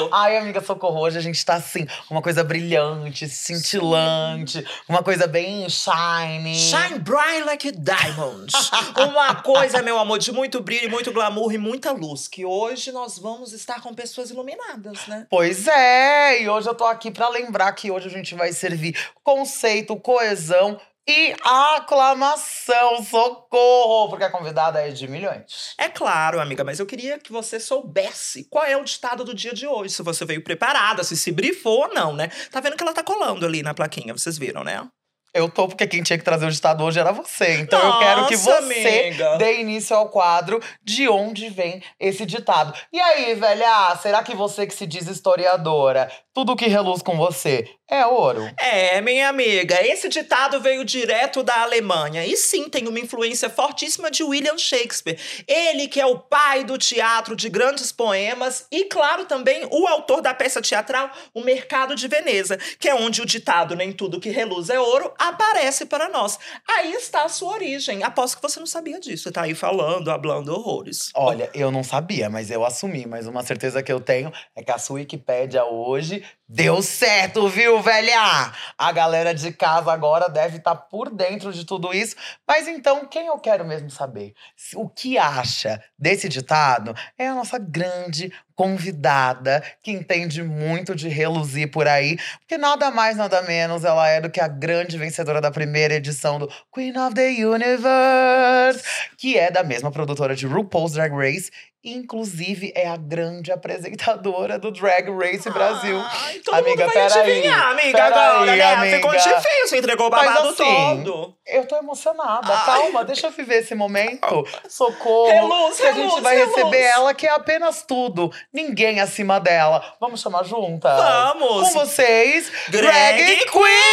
Ai, amiga, socorro. Hoje a gente tá assim, uma coisa brilhante, cintilante, uma coisa bem shiny. Shine bright like diamonds. Uma coisa, meu amor, de muito brilho, muito glamour e muita luz. Que hoje nós vamos estar com pessoas iluminadas, né? Pois é, e hoje eu tô aqui pra lembrar que hoje a gente vai servir conceito, coesão e aclamação. Socorro! Porque a convidada é de milhões. É claro, amiga, mas eu queria que você soubesse qual é o ditado do dia de hoje. Se você veio preparada, se brifou ou não, né? Tá vendo que ela tá colando ali na plaquinha, vocês viram, né? Eu tô, porque quem tinha que trazer o ditado hoje era você. Então eu quero que Nossa, você amiga. dê início ao quadro de onde vem esse ditado. E aí, velha, será que você que se diz historiadora, tudo que reluz com você é ouro? É, minha amiga, esse ditado veio direto da Alemanha. E sim, tem uma influência fortíssima de William Shakespeare. Ele que é o pai do teatro de grandes poemas e, claro, também o autor da peça teatral O Mercado de Veneza, que é onde o ditado "nem tudo que reluz é ouro" aparece para nós. Aí está a sua origem. Aposto que você não sabia disso. Você tá aí falando, hablando horrores. Olha, eu não sabia, mas eu assumi. Mas uma certeza que eu tenho é que a sua Wikipédia hoje deu certo, viu, velha? A galera de casa agora deve estar por dentro de tudo isso. Mas então, quem eu quero mesmo saber o que acha desse ditado é a nossa grande convidada, que entende muito de reluzir por aí. Porque nada mais, nada menos, ela é do que a grande vencedora da primeira edição do Queen of the Universe, que é da mesma produtora de RuPaul's Drag Race. Inclusive, é a grande apresentadora do Drag Race Brasil. Ai, todo Amiga, mundo vai adivinhar, amiga, agora, né? Ficou difícil, entregou o babado Mas, assim, todo. Eu tô emocionada. Ai. Calma, deixa eu viver esse momento. Socorro. Reluz, que a gente reluz, vai reluz. receber ela, que é apenas tudo. Ninguém acima dela. Vamos chamar juntas? Vamos. Com vocês, Drag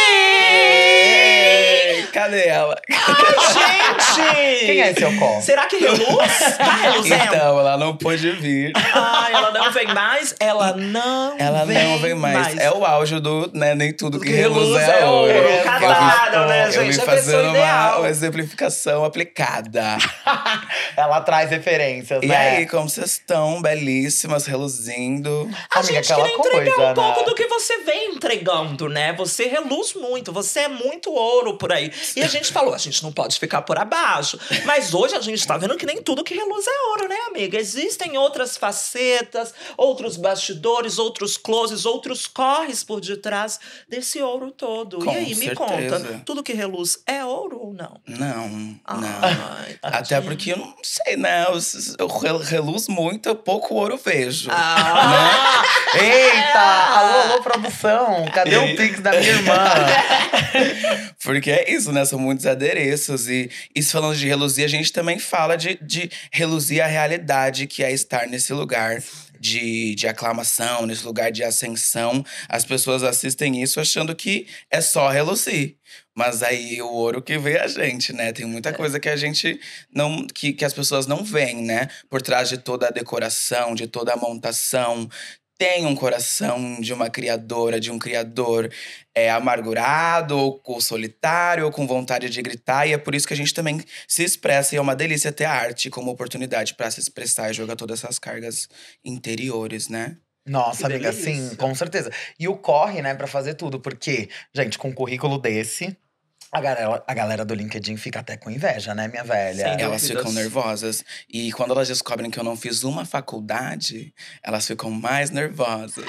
Queen! Cadê ela? Ai, gente! Quem é esse Ocó? Será que reluz? Tá reluzendo? Então, ela não pôde vir. Ai, ela não vem mais? Ela não vem mais. É o auge do, né, nem tudo que reluz é ouro. ouro. Casada, né, Eu gente? vim É a fazendo pessoa ideal. uma exemplificação aplicada. Ela traz referências, E né? aí, como vocês estão? Belíssimas, reluzindo. A Amiga, gente aquela queria entregar coisa, um pouco né? do que você vem entregando, né? Você reluz muito, você é muito ouro por aí. E a gente falou, a gente não pode ficar por abaixo. Mas hoje a gente tá vendo que nem tudo que reluz é ouro, né, amiga? Existem outras facetas, outros bastidores, outros closes, outros corres por detrás desse ouro todo. Com e aí, me certeza. conta, tudo que reluz é ouro ou não? Não, não. Ai, Até porque eu não sei, né? Eu reluz muito, eu pouco ouro vejo. Ah, Eita! Alô, alô, produção! Cadê o Pix da minha irmã? Porque é isso, né? São muitos adereços. E isso falando de reluzir, a gente também fala de reluzir a realidade, que é estar nesse lugar de aclamação, nesse lugar de ascensão. As pessoas assistem isso achando que é só reluzir. Mas aí o ouro que vê a gente, né? Tem muita coisa que a gente não. Que as pessoas não veem, né? Por trás de toda a decoração, de toda a montação. Tem um coração de uma criadora, de um criador amargurado, ou solitário, ou com vontade de gritar. E é por isso que a gente também se expressa. E é uma delícia ter a arte como oportunidade para se expressar e jogar todas essas cargas interiores, né? Nossa, Que amiga, delícia. sim, com certeza. E o corre, né, pra fazer tudo. Porque, gente, com um currículo desse, a galera do LinkedIn fica até com inveja, né, minha velha? Sem Elas dúvidas. ficam nervosas. E quando elas descobrem que eu não fiz uma faculdade, elas ficam mais nervosas.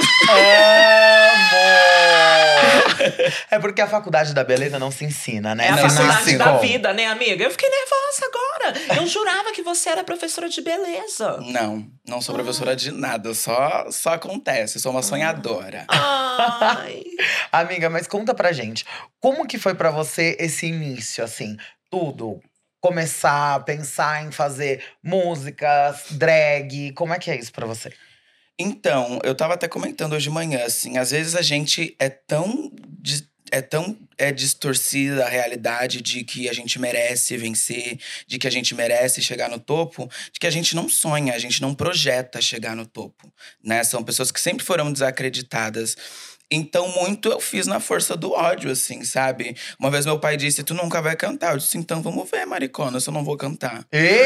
Amor! É porque a faculdade da beleza não se ensina, né? É a Se faculdade nasce da com. vida, né, amiga? Eu fiquei nervosa agora. Eu jurava que você era professora de beleza. Não sou professora de nada. Só acontece. Sou uma sonhadora. Ai. Amiga, mas conta pra gente. Como que foi pra você esse início, assim? Tudo. Começar a pensar em fazer músicas, drag. Como é que é isso pra você? Então, eu tava até comentando hoje de manhã, assim, às vezes a gente é tão distorcida a realidade de que a gente merece vencer, de que a gente merece chegar no topo, de que a gente não sonha, a gente não projeta chegar no topo, né? São pessoas que sempre foram desacreditadas. Então, muito eu fiz na força do ódio, assim, sabe? Uma vez meu pai disse, tu nunca vai cantar. Eu disse, então vamos ver, maricona, se eu não vou cantar.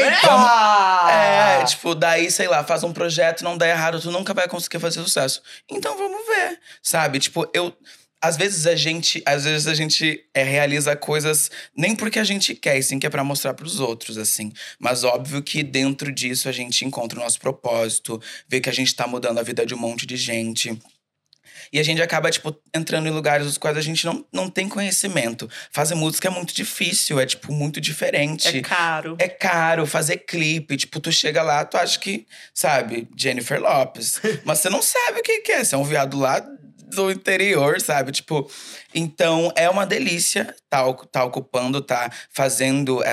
Eita! Tipo, daí, sei lá, faz um projeto, não dá errado, tu nunca vai conseguir fazer sucesso. Então vamos ver, sabe? Tipo, às vezes a gente realiza coisas nem porque a gente quer, e sim que é pra mostrar pros outros, assim. Mas óbvio que dentro disso a gente encontra o nosso propósito, vê que a gente tá mudando a vida de um monte de gente. E a gente acaba, tipo, entrando em lugares dos quais a gente não tem conhecimento. Fazer música é muito difícil, é, tipo, muito diferente. É caro. É caro fazer clipe. Tipo, tu chega lá, tu acha que, sabe, Jennifer Lopez. Mas você não sabe o que é. Você é um viado lá do interior, sabe? Tipo, então é uma delícia tá ocupando, tá fazendo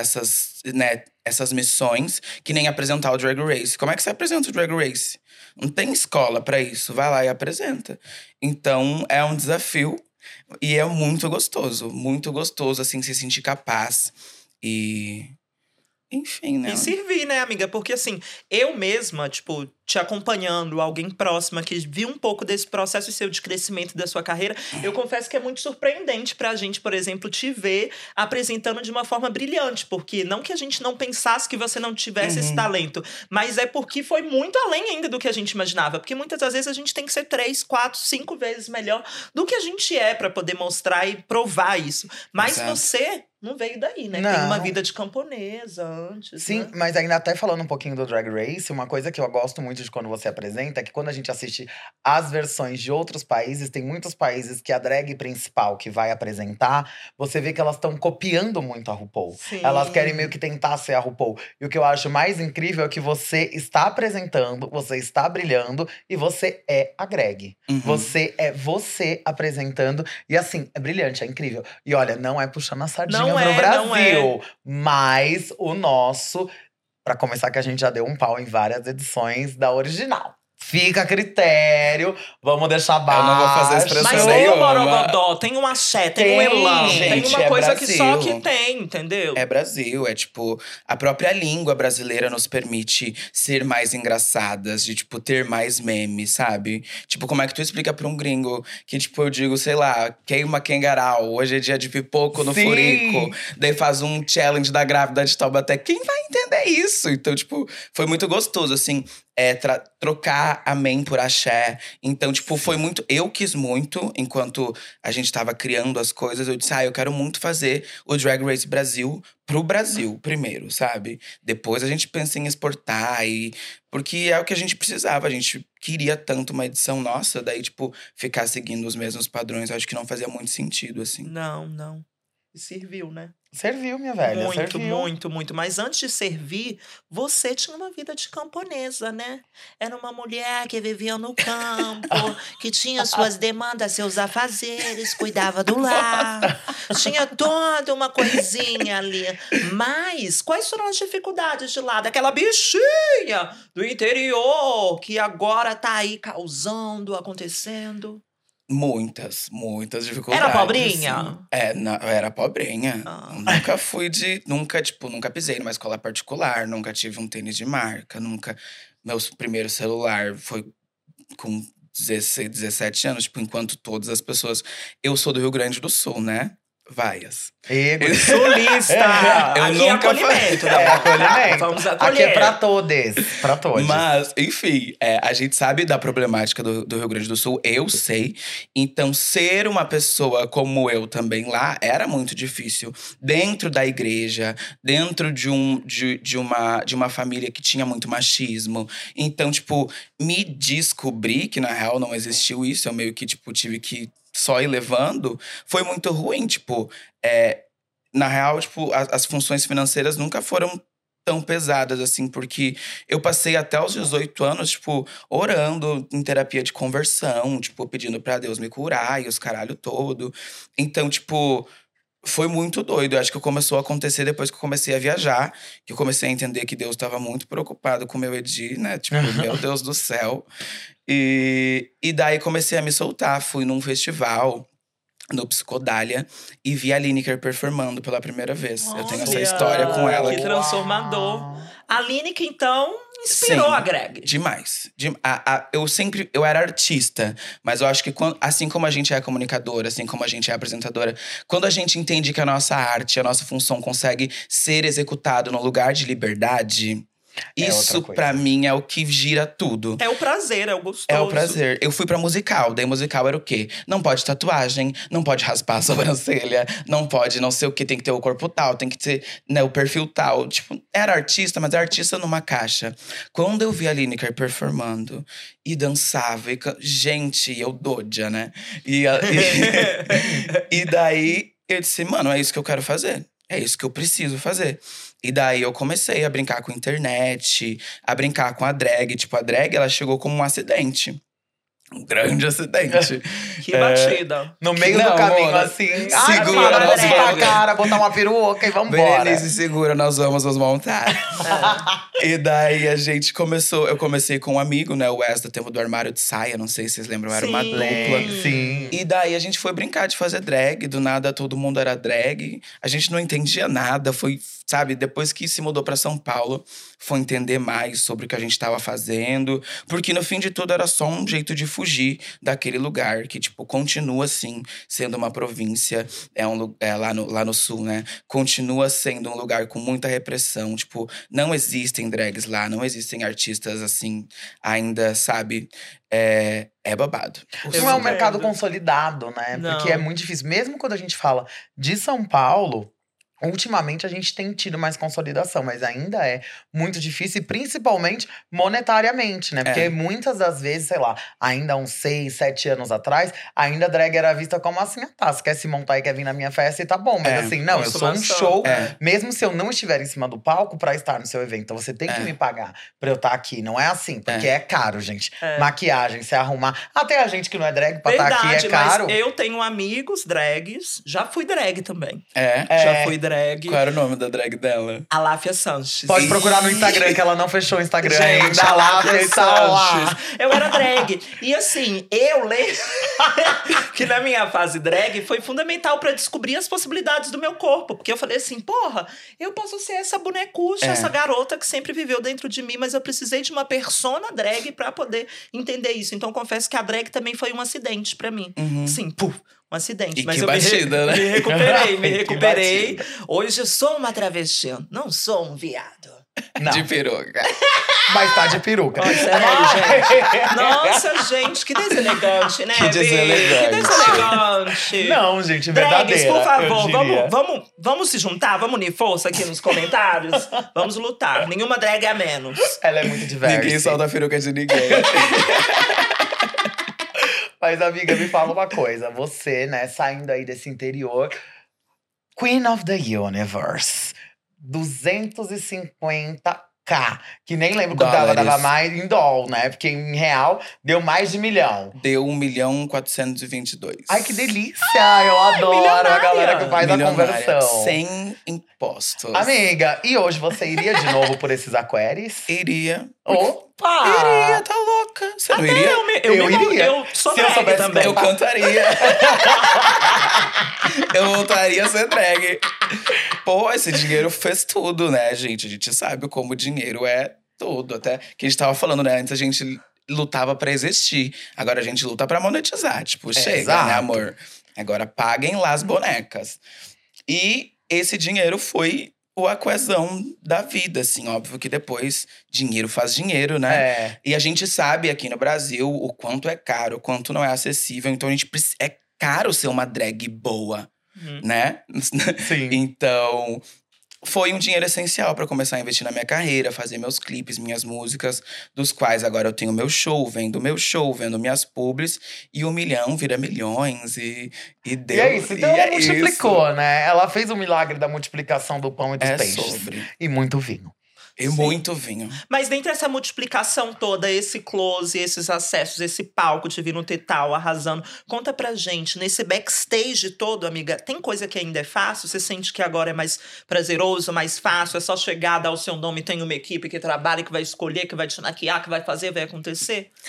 essas missões, que nem apresentar o Drag Race. Como é que você apresenta o Drag Race? Não tem escola pra isso. Vai lá e apresenta. Então, é um desafio. E é muito gostoso, assim, se sentir capaz. E… Enfim, né? E servir, né, amiga? Porque assim, eu mesma, tipo, te acompanhando, alguém próxima que viu um pouco desse processo seu de crescimento da sua carreira, eu confesso que é muito surpreendente pra gente, por exemplo, te ver apresentando de uma forma brilhante. Porque não que a gente não pensasse que você não tivesse esse talento, mas é porque foi muito além ainda do que a gente imaginava. Porque muitas das vezes a gente tem que ser 3, 4, 5 vezes melhor do que a gente é pra poder mostrar e provar isso. Mas Exato. você não veio daí, né? Não. Tem uma vida de camponesa antes, Sim, né? mas ainda até falando um pouquinho do Drag Race, uma coisa que eu gosto muito de quando você apresenta é que quando a gente assiste as versões de outros países, tem muitos países que a drag principal que vai apresentar, você vê que elas estão copiando muito a RuPaul. Sim. Elas querem meio que tentar ser a RuPaul. E o que eu acho mais incrível é que você está apresentando, você está brilhando e você é a Greg. Você é você apresentando. E assim, é brilhante, é incrível. E olha, não é puxando a sardinha pro Brasil, mas o nosso… Pra começar, que a gente já deu um pau em várias edições da original. Fica a critério, vamos deixar baixo. Eu não vou fazer expressão Mas nenhuma. tem o Borogodó, tem um axé, tem um elan, tem gente, uma é coisa que só Brasil. que tem, entendeu? É Brasil, é tipo… A própria língua brasileira nos permite ser mais engraçadas, de tipo, ter mais memes, sabe? Tipo, como é que tu explica pra um gringo que, tipo, eu digo, sei lá, queima Kengarau, hoje é dia de pipoco no Sim. furico. Daí faz um challenge da grávida de Taubaté. Quem vai entender isso? Então, tipo, foi muito gostoso, assim… trocar amém por axé. Então, tipo, foi muito… Eu quis muito, enquanto a gente tava criando as coisas, eu disse, eu quero muito fazer o Drag Race Brasil pro Brasil primeiro, sabe? Depois a gente pensa em exportar porque é o que a gente precisava. A gente queria tanto uma edição nossa, daí, tipo, ficar seguindo os mesmos padrões, eu acho que não fazia muito sentido, assim. Não. E serviu, né? Serviu, minha velha, Muito, serviu. muito. Mas antes de servir, você tinha uma vida de camponesa, né? Era uma mulher que vivia no campo, que tinha suas demandas, seus afazeres, cuidava do lar. Tinha toda uma coisinha ali. Mas quais foram as dificuldades de lá? Daquela bichinha do interior que agora tá aí causando, acontecendo. Muitas dificuldades. Era pobrinha? Assim. Eu era pobrinha. Ah. Nunca pisei numa escola particular, nunca tive um tênis de marca, nunca… Meu primeiro celular foi com 16, 17 anos, tipo, enquanto todas as pessoas… Eu sou do Rio Grande do Sul, né? Vaias. Sulista! Eu Aqui nunca é acolhimento, né? É acolhimento. Vamos acolher. Aqui é pra todos, pra todos. Mas, enfim, a gente sabe da problemática do Rio Grande do Sul, eu sei. Então, ser uma pessoa como eu também lá era muito difícil. Dentro da igreja, dentro de uma família que tinha muito machismo. Então, tipo, me descobrir que, na real, não existiu isso. Eu meio que, tipo, tive que só ir levando. Foi muito ruim, tipo… Na real, tipo, as funções financeiras nunca foram tão pesadas, assim, porque eu passei até os 18 anos, tipo, orando em terapia de conversão, tipo, pedindo pra Deus me curar e os caralho todo. Então, tipo, foi muito doido. Eu acho que começou a acontecer depois que eu comecei a viajar, que eu comecei a entender que Deus estava muito preocupado com o meu Edi, né? Tipo, meu Deus do céu. E daí comecei a me soltar, fui num festival no Psicodália e vi a Lineker performando pela primeira vez. Eu tenho essa Olha, história com ela. que transformador. A Lineker, então, inspirou Sim, a Greg. Demais. Eu era artista, mas eu acho que assim como a gente é comunicadora, assim como a gente é apresentadora, quando a gente entende que a nossa arte, a nossa função consegue ser executado no lugar de liberdade, isso pra mim é o que gira tudo. É o prazer, é o gostoso. É o prazer. Eu fui pra musical, daí musical era o quê? Não pode tatuagem, não pode raspar a sobrancelha, não pode não sei o quê, tem que ter o corpo tal, tem que ter, né, o perfil tal. Tipo, era artista, mas era artista numa caixa. Quando eu vi a Lineker performando e dançava, gente, eu doida, né? E daí eu disse, mano, é isso que eu quero fazer. É isso que eu preciso fazer. E daí eu comecei a brincar com a internet, a brincar com a drag. Tipo, a drag, ela chegou como um acidente. Um grande acidente. Que batida. No meio do caminho, assim. Segura, nós pra cara, botar uma peruca e vambora. Berenice, segura, nós vamos nos montar. E daí eu comecei com um amigo, né? O Wes, do Tempo do Armário de Saia. Não sei se vocês lembram, era uma dupla. Sim. E daí a gente foi brincar de fazer drag. Do nada, todo mundo era drag. A gente não entendia nada. Foi, sabe, depois que se mudou pra São Paulo, foi entender mais sobre o que a gente tava fazendo. Porque no fim de tudo era só um jeito de fugir daquele lugar que, tipo, continua assim, sendo uma província, lá no sul, né? Continua sendo um lugar com muita repressão. Tipo, não existem drags lá, não existem artistas assim, ainda, sabe? É babado. Não é um mercado consolidado, né? Não. Porque é muito difícil. Mesmo quando a gente fala de São Paulo, ultimamente a gente tem tido mais consolidação, mas ainda é muito difícil, e principalmente monetariamente, né? Porque muitas das vezes, sei lá, ainda há uns 6, 7 anos atrás, ainda drag era vista como assim, tá, você quer se montar e quer vir na minha festa e tá bom. Mas assim, não, eu sou um show, mesmo se eu não estiver em cima do palco pra estar no seu evento. Então você tem que me pagar pra eu estar aqui. Não é assim, porque é caro, gente. Maquiagem, se arrumar. Até a gente que não é drag pra estar aqui é caro. Mas eu tenho amigos drags, já fui drag também. Já fui drag. Qual era o nome da drag dela? Aláfia Sanches. Pode procurar no Instagram, que ela não fechou o Instagram Gente, ainda. Aláfia Sanches. Eu era drag. E assim, eu lembro que na minha fase drag foi fundamental pra descobrir as possibilidades do meu corpo. Porque eu falei assim, porra, eu posso ser essa bonecucha, essa garota que sempre viveu dentro de mim, mas eu precisei de uma persona drag pra poder entender isso. Então, confesso que a drag também foi um acidente pra mim. Sim, um acidente. E mas que eu batida, né? me recuperei. Hoje eu sou uma travesti, não sou um viado. Não. De peruca. Mas tá de peruca. Gente. Nossa, gente, que deselegante, né? Que deselegante. Que deselegante. Não, gente, Drags, verdadeira. por favor, eu diria. vamos se juntar, vamos unir força aqui nos comentários. Vamos lutar. Nenhuma drag é a menos. Ela é muito diversa. Ninguém solta a peruca de ninguém. Mas, amiga, me fala uma coisa. Você, né, saindo aí desse interior, Queen of the Universe, 250k. Que nem lembro quando ela dava mais em doll, né? Porque em real deu mais de 1 milhão. Deu 1.422.000. Ai, que delícia! Eu adoro a galera que faz a conversão. Sem imposto. Amiga, e hoje você iria de novo por esses aquares? Iria. Opa! Iria, tá louca. Você não iria? Eu iria. Eu sou Se eu drag soubesse também. Eu cantaria. Eu voltaria a ser drag. Pô, esse dinheiro fez tudo, né, gente? A gente sabe como o dinheiro é tudo. Até que a gente tava falando, né? Antes a gente lutava pra existir. Agora a gente luta pra monetizar. Tipo, chega, exato. né, amor? Agora paguem lá as bonecas. E esse dinheiro foi a coesão da vida, assim. Óbvio que depois dinheiro faz dinheiro, né? E a gente sabe aqui no Brasil o quanto é caro, o quanto não é acessível. Então é caro ser uma drag boa, né? Sim. Então, foi um dinheiro essencial pra começar a investir na minha carreira, fazer meus clipes, minhas músicas, dos quais agora eu tenho meu show, vendo minhas publis, e 1 milhão vira milhões, e deu. E é isso, então ela multiplicou, né? Ela fez o milagre da multiplicação do pão e dos peixes. Sobre. E muito vinho. E muito vinho. Mas dentre essa multiplicação toda, esse close, esses acessos, esse palco te vir no Tetal arrasando, conta pra gente, nesse backstage todo, amiga, tem coisa que ainda é fácil? Você sente que agora é mais prazeroso, mais fácil? É só chegar, dar o seu nome, tem uma equipe que trabalha, que vai escolher, que vai te maquiar, que vai fazer, vai acontecer?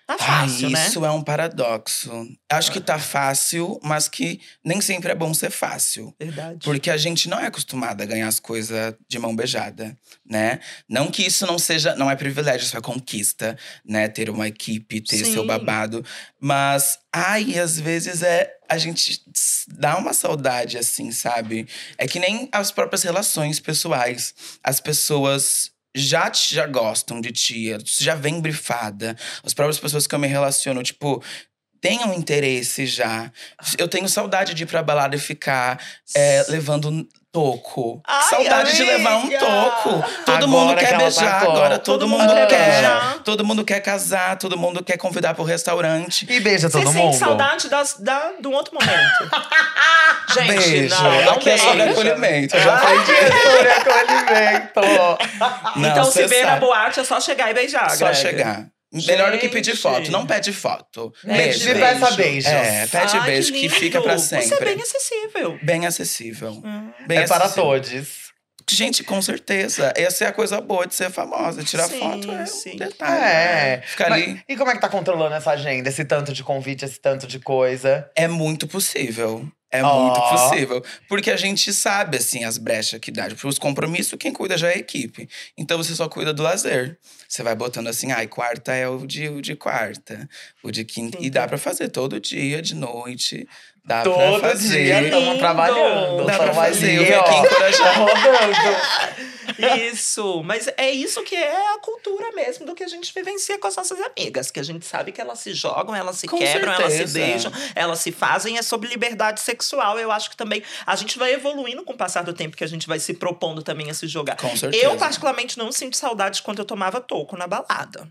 Tá fácil, né? Isso é um paradoxo. Acho que tá fácil, mas que nem sempre é bom ser fácil. Verdade. Porque a gente não é acostumada a ganhar as coisas de mão beijada, né? Não que isso não é privilégio, isso é conquista, né? Ter uma equipe, ter Sim. seu babado. Mas, às vezes a gente dá uma saudade, assim, sabe? É que nem as próprias relações pessoais. As pessoas já gostam de ti, já vem brifada. As próprias pessoas que eu me relaciono, tipo, têm um interesse já. Eu tenho saudade de ir pra balada e ficar levando um toco. Ai, Saudade de levar um amiga! toco. Todo Agora mundo que quer ela beijar, tá agora Todo todo mundo mundo quer quer. beijar. Todo mundo quer casar, todo mundo quer convidar pro restaurante. E beija Você todo sente mundo. saudade de um outro momento. Gente, Beijo. não Aqui é sobre beija. acolhimento. Eu já Ai, aprendi. que sobre acolhimento. Não, Então, se cê ver na sabe. boate, é só chegar e beijar, Só Greg. chegar. Melhor do que pedir Gente. foto. Não pede foto. Pede Beijo. Me peça beijos. Pede Ai, beijo que fica pra Você é sempre. bem acessível. Bem acessível. Bem É para acessível. todos. Gente, com certeza. Essa é a coisa boa de ser famosa. Tirar Sim, foto é sim. um detalhe. É. Ficar Mas- ali. E como é que tá controlando essa agenda? Esse tanto de convite, esse tanto de coisa? É muito possível. É Ó. muito possível. Porque a gente sabe, assim, as brechas que dá. Tipo, os compromissos, quem cuida já é a equipe. Então, você só cuida do lazer. Você vai botando assim, quarta é o de quarta. O de quinta. E dá pra fazer todo dia, de noite. Dá pra Todo fazer. dia estamos Lindo. trabalhando. Dá pra Tamo fazer, eu ali, vim aqui ó, encorajar. rodando. Isso, mas é isso que é a cultura mesmo do que a gente vivencia com as nossas amigas. Que a gente sabe que elas se jogam, elas se Com quebram, elas se certeza. beijam, elas se fazem. É sobre liberdade sexual. Eu acho que também a gente vai evoluindo com o passar do tempo, que a gente vai se propondo também a se jogar. Com certeza. Eu, particularmente, não sinto saudade quando eu tomava toco na balada.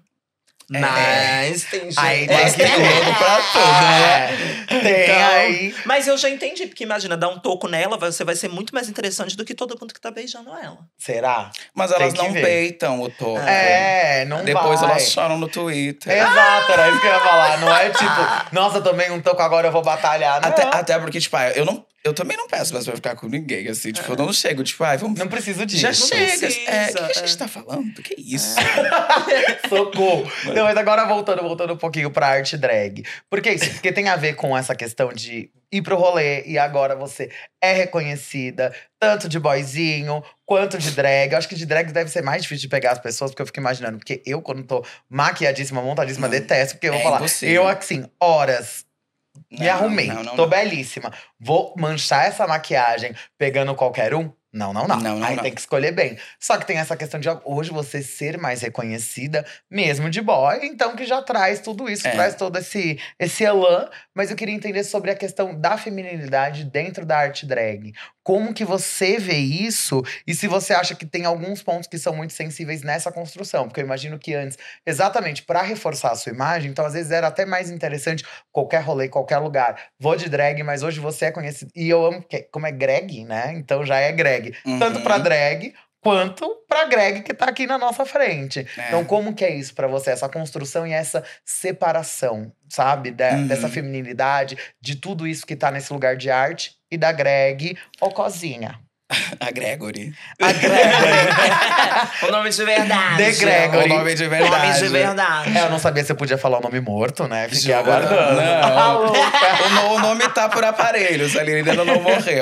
Mas tem gente. Aí Mas tem logo pra tudo, né? Tem Então, aí. Mas eu já entendi, porque imagina, dar um toco nela, você vai ser muito mais interessante do que todo mundo que tá beijando ela. Será? Mas elas Tem que não ver. peitam o toco. Não Depois vai. elas choram no Twitter. Exato, era isso que eu ia falar. Não é tipo, nossa, tomei um toco, agora eu vou batalhar. Não, Até porque, tipo, eu também não peço mais pra ficar com ninguém, assim. Tipo, eu não chego, tipo, vamos… não preciso disso. Já não chega. precisa, O que a gente tá falando? Que isso? Socorro. Não, mas agora voltando um pouquinho pra arte drag. Por que isso? Porque tem a ver com essa questão de ir pro rolê e agora você é reconhecida, tanto de boyzinho quanto de drag. Eu acho que de drag deve ser mais difícil de pegar as pessoas, porque eu fico imaginando. Porque eu, quando tô maquiadíssima, montadíssima, Não. detesto. Porque eu vou É falar, impossível. eu assim, horas. Me Não, arrumei, não, não, tô não. belíssima. Vou manchar essa maquiagem pegando qualquer um? Não. Não, Aí não. tem que escolher bem. Só que tem essa questão de hoje você ser mais reconhecida, mesmo de boy, então que já traz tudo isso, É. traz todo esse elan. Mas eu queria entender sobre a questão da feminilidade dentro da arte drag. Como que você vê isso? E se você acha que tem alguns pontos que são muito sensíveis nessa construção? Porque eu imagino que antes, exatamente para reforçar a sua imagem, então às vezes era até mais interessante qualquer rolê, qualquer lugar. Vou de drag, mas hoje você é conhecido. E eu amo, como é Greg, né? Então já é Greg. Tanto pra drag quanto pra Greg que tá aqui na nossa frente. É. Então, como que é isso pra você? Essa construção e essa separação, sabe? Dessa feminilidade, de tudo isso que tá nesse lugar de arte e da Greg Ocozinha. A Gregory. A Gregory. O nome de verdade. The Gregory. O nome de verdade. Nome de verdade. Eu não sabia se eu podia falar o nome morto, né? Fiquei Jura? aguardando. Não. Ah, louca. O nome tá por aparelhos ali, ele ainda não morreu.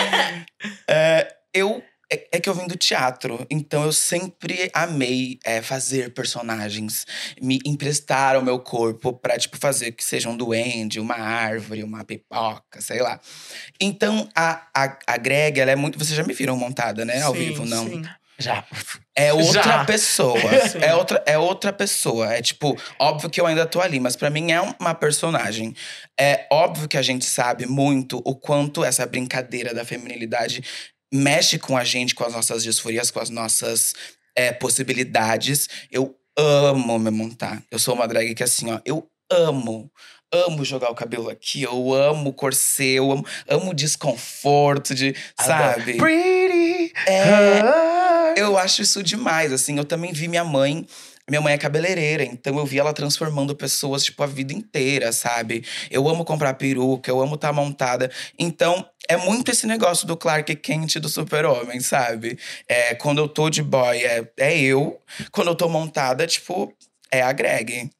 É que eu vim do teatro, então eu sempre amei fazer personagens. Me emprestar o meu corpo pra, tipo, fazer que seja um duende, uma árvore, uma pipoca, sei lá. Então, a Greg, ela é muito… Vocês já me viram montada, né? Ao Sim, vivo, não? sim. Já. É outra Já. pessoa. Sim. É outra pessoa. É tipo, óbvio que eu ainda tô ali, mas pra mim é uma personagem. É óbvio que a gente sabe muito o quanto essa brincadeira da feminilidade mexe com a gente, com as nossas disforias, com as nossas possibilidades. Eu amo me montar. Eu sou uma drag que, assim, ó, eu amo jogar o cabelo aqui, eu amo corset, eu amo desconforto, sabe? Pretty. Eu acho isso demais, assim. Eu também vi minha mãe. Minha mãe é cabeleireira, então eu vi ela transformando pessoas, tipo, a vida inteira, sabe? Eu amo comprar peruca, eu amo estar montada. Então, é muito esse negócio do Clark Kent do super-homem, sabe? Quando eu tô de boy, é eu. Quando eu tô montada, tipo, é a Greg.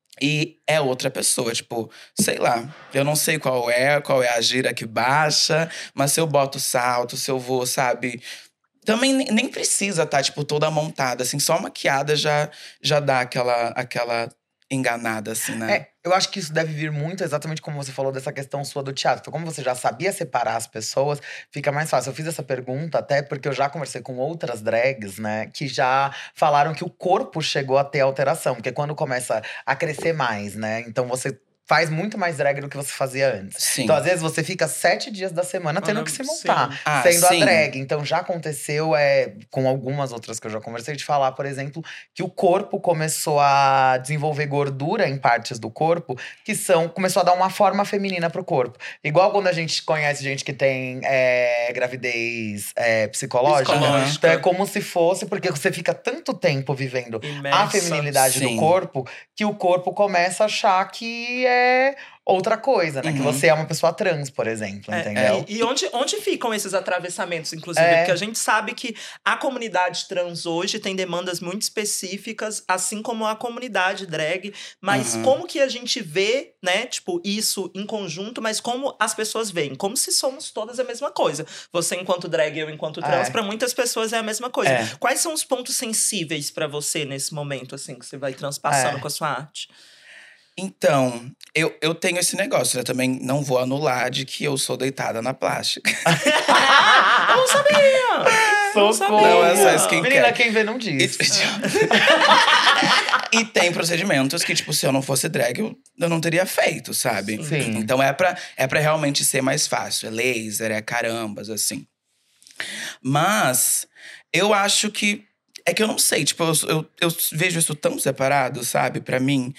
E é outra pessoa, tipo, sei lá, eu não sei qual é a gira que baixa, mas se eu boto salto, se eu vou, sabe? Também nem precisa tá, tipo, toda montada, assim, só maquiada já dá aquela enganada, assim, né? Eu acho que isso deve vir muito exatamente como você falou dessa questão sua do teatro. Então, como você já sabia separar as pessoas, fica mais fácil. Eu fiz essa pergunta até porque eu já conversei com outras drags, né? Que já falaram que o corpo chegou a ter alteração. Porque quando começa a crescer mais, né? Então, você faz muito mais drag do que você fazia antes. Sim. Então, às vezes, você fica 7 dias da semana tendo que se montar. Ah, sendo sim. a drag. Então, já aconteceu, com algumas outras que eu já conversei, de falar, por exemplo, que o corpo começou a desenvolver gordura em partes do corpo que começou a dar uma forma feminina pro corpo. Igual quando a gente conhece gente que tem gravidez psicológica. Então é como se fosse, porque você fica tanto tempo vivendo a feminilidade do corpo, que o corpo começa a achar que é outra coisa, né? Que você é uma pessoa trans, por exemplo, entendeu? E onde ficam esses atravessamentos, inclusive? Porque a gente sabe que a comunidade trans hoje tem demandas muito específicas, assim como a comunidade drag. Mas como que a gente vê, né? Tipo, isso em conjunto, mas como as pessoas veem? Como se somos todas a mesma coisa. Você enquanto drag, eu enquanto trans, pra muitas pessoas é a mesma coisa. Quais são os pontos sensíveis pra você nesse momento, assim, que você vai transpassando com a sua arte? Então, eu tenho esse negócio, né? Também não vou anular de que eu sou deitada na plástica. Eu não sabia! Socorro! Não, é só isso quem Menina, quer. quem vê não diz. E tem procedimentos que, tipo, se eu não fosse drag, eu não teria feito, sabe? Sim. Então é pra realmente ser mais fácil. É laser, é carambas, assim. Eu acho que… É que eu não sei, tipo, eu vejo isso tão separado, sabe, pra mim.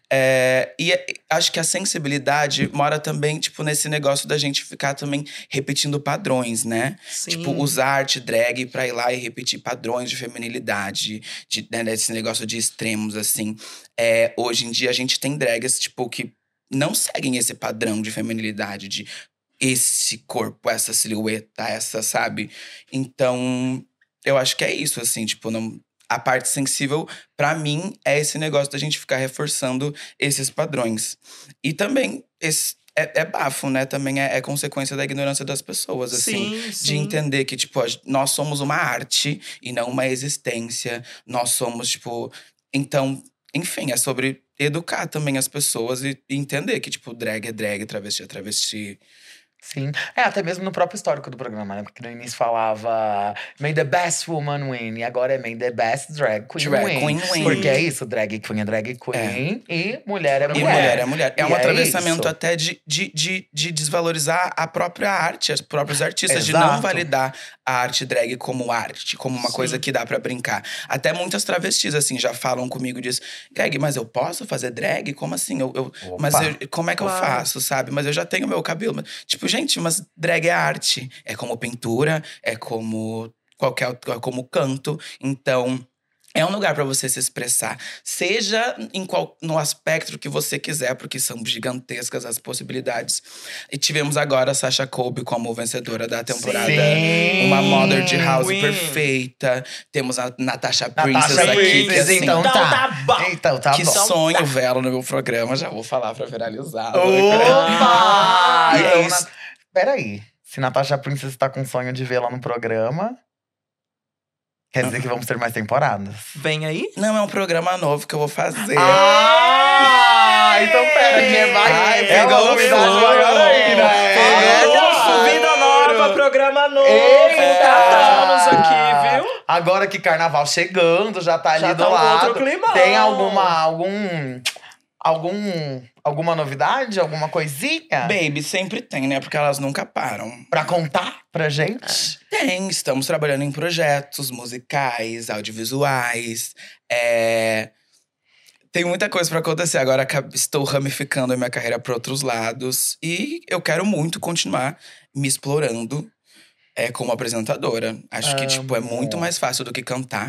Acho que a sensibilidade mora também, tipo, nesse negócio da gente ficar também repetindo padrões, né? Sim. Tipo, usar arte drag pra ir lá e repetir padrões de feminilidade, né, desse negócio de extremos, assim. Hoje em dia, a gente tem drags, tipo, que não seguem esse padrão de feminilidade, de esse corpo, essa silhueta, essa, sabe? Então… Eu acho que é isso, assim, tipo, a parte sensível, pra mim, é esse negócio da gente ficar reforçando esses padrões. E também, é bafo, né? Também é consequência da ignorância das pessoas, assim. De entender que, tipo, nós somos uma arte e não uma existência. Nós somos, tipo… Então, enfim, é sobre educar também as pessoas e entender que, tipo, drag é drag, travesti é travesti. Sim. Até mesmo no próprio histórico do programa, né? Porque no início falava May the best woman win. E agora é May the best drag queen win. Porque é isso, drag queen é drag queen. E mulher é mulher. E mulher é mulher. É um atravessamento isso. até de desvalorizar a própria arte, os próprios artistas. Exato. De não validar a arte drag como arte, como uma coisa que dá pra brincar. Até muitas travestis, assim, já falam comigo disso. Greg, mas eu posso fazer drag? Como assim? Como é que eu faço, sabe? Mas eu já tenho meu cabelo. Tipo, gente, mas drag é arte. É como pintura, é como como canto. Então… É um lugar pra você se expressar. Seja no aspecto que você quiser, porque são gigantescas as possibilidades. E tivemos agora a Sasha Colby como vencedora da temporada. Sim. Uma Mother de House perfeita. Temos a Natasha Princess aqui. Que, assim, então tá bom. Então tá que bom. sonho vê-la no meu programa. Já vou falar pra viralizar. Opa! E é Então, isso. Peraí. Se Natasha Princess tá com sonho de vê-la no programa… Quer dizer que vamos ter mais temporadas. Vem aí? Não, é um programa novo que eu vou fazer. Então pera, que pegou o Vida nova, programa novo. Eita! Aqui, viu? Agora que carnaval chegando, já tá ali Já do tá um lado. outro climão. Tem alguma novidade? Alguma coisinha? Baby, sempre tem, né? Porque elas nunca param. Pra contar pra gente? Tem, estamos trabalhando em projetos musicais, audiovisuais. Tem muita coisa pra acontecer. Agora estou ramificando a minha carreira pra outros lados. E eu quero muito continuar me explorando como apresentadora. Acho que, tipo, é muito mais fácil do que cantar.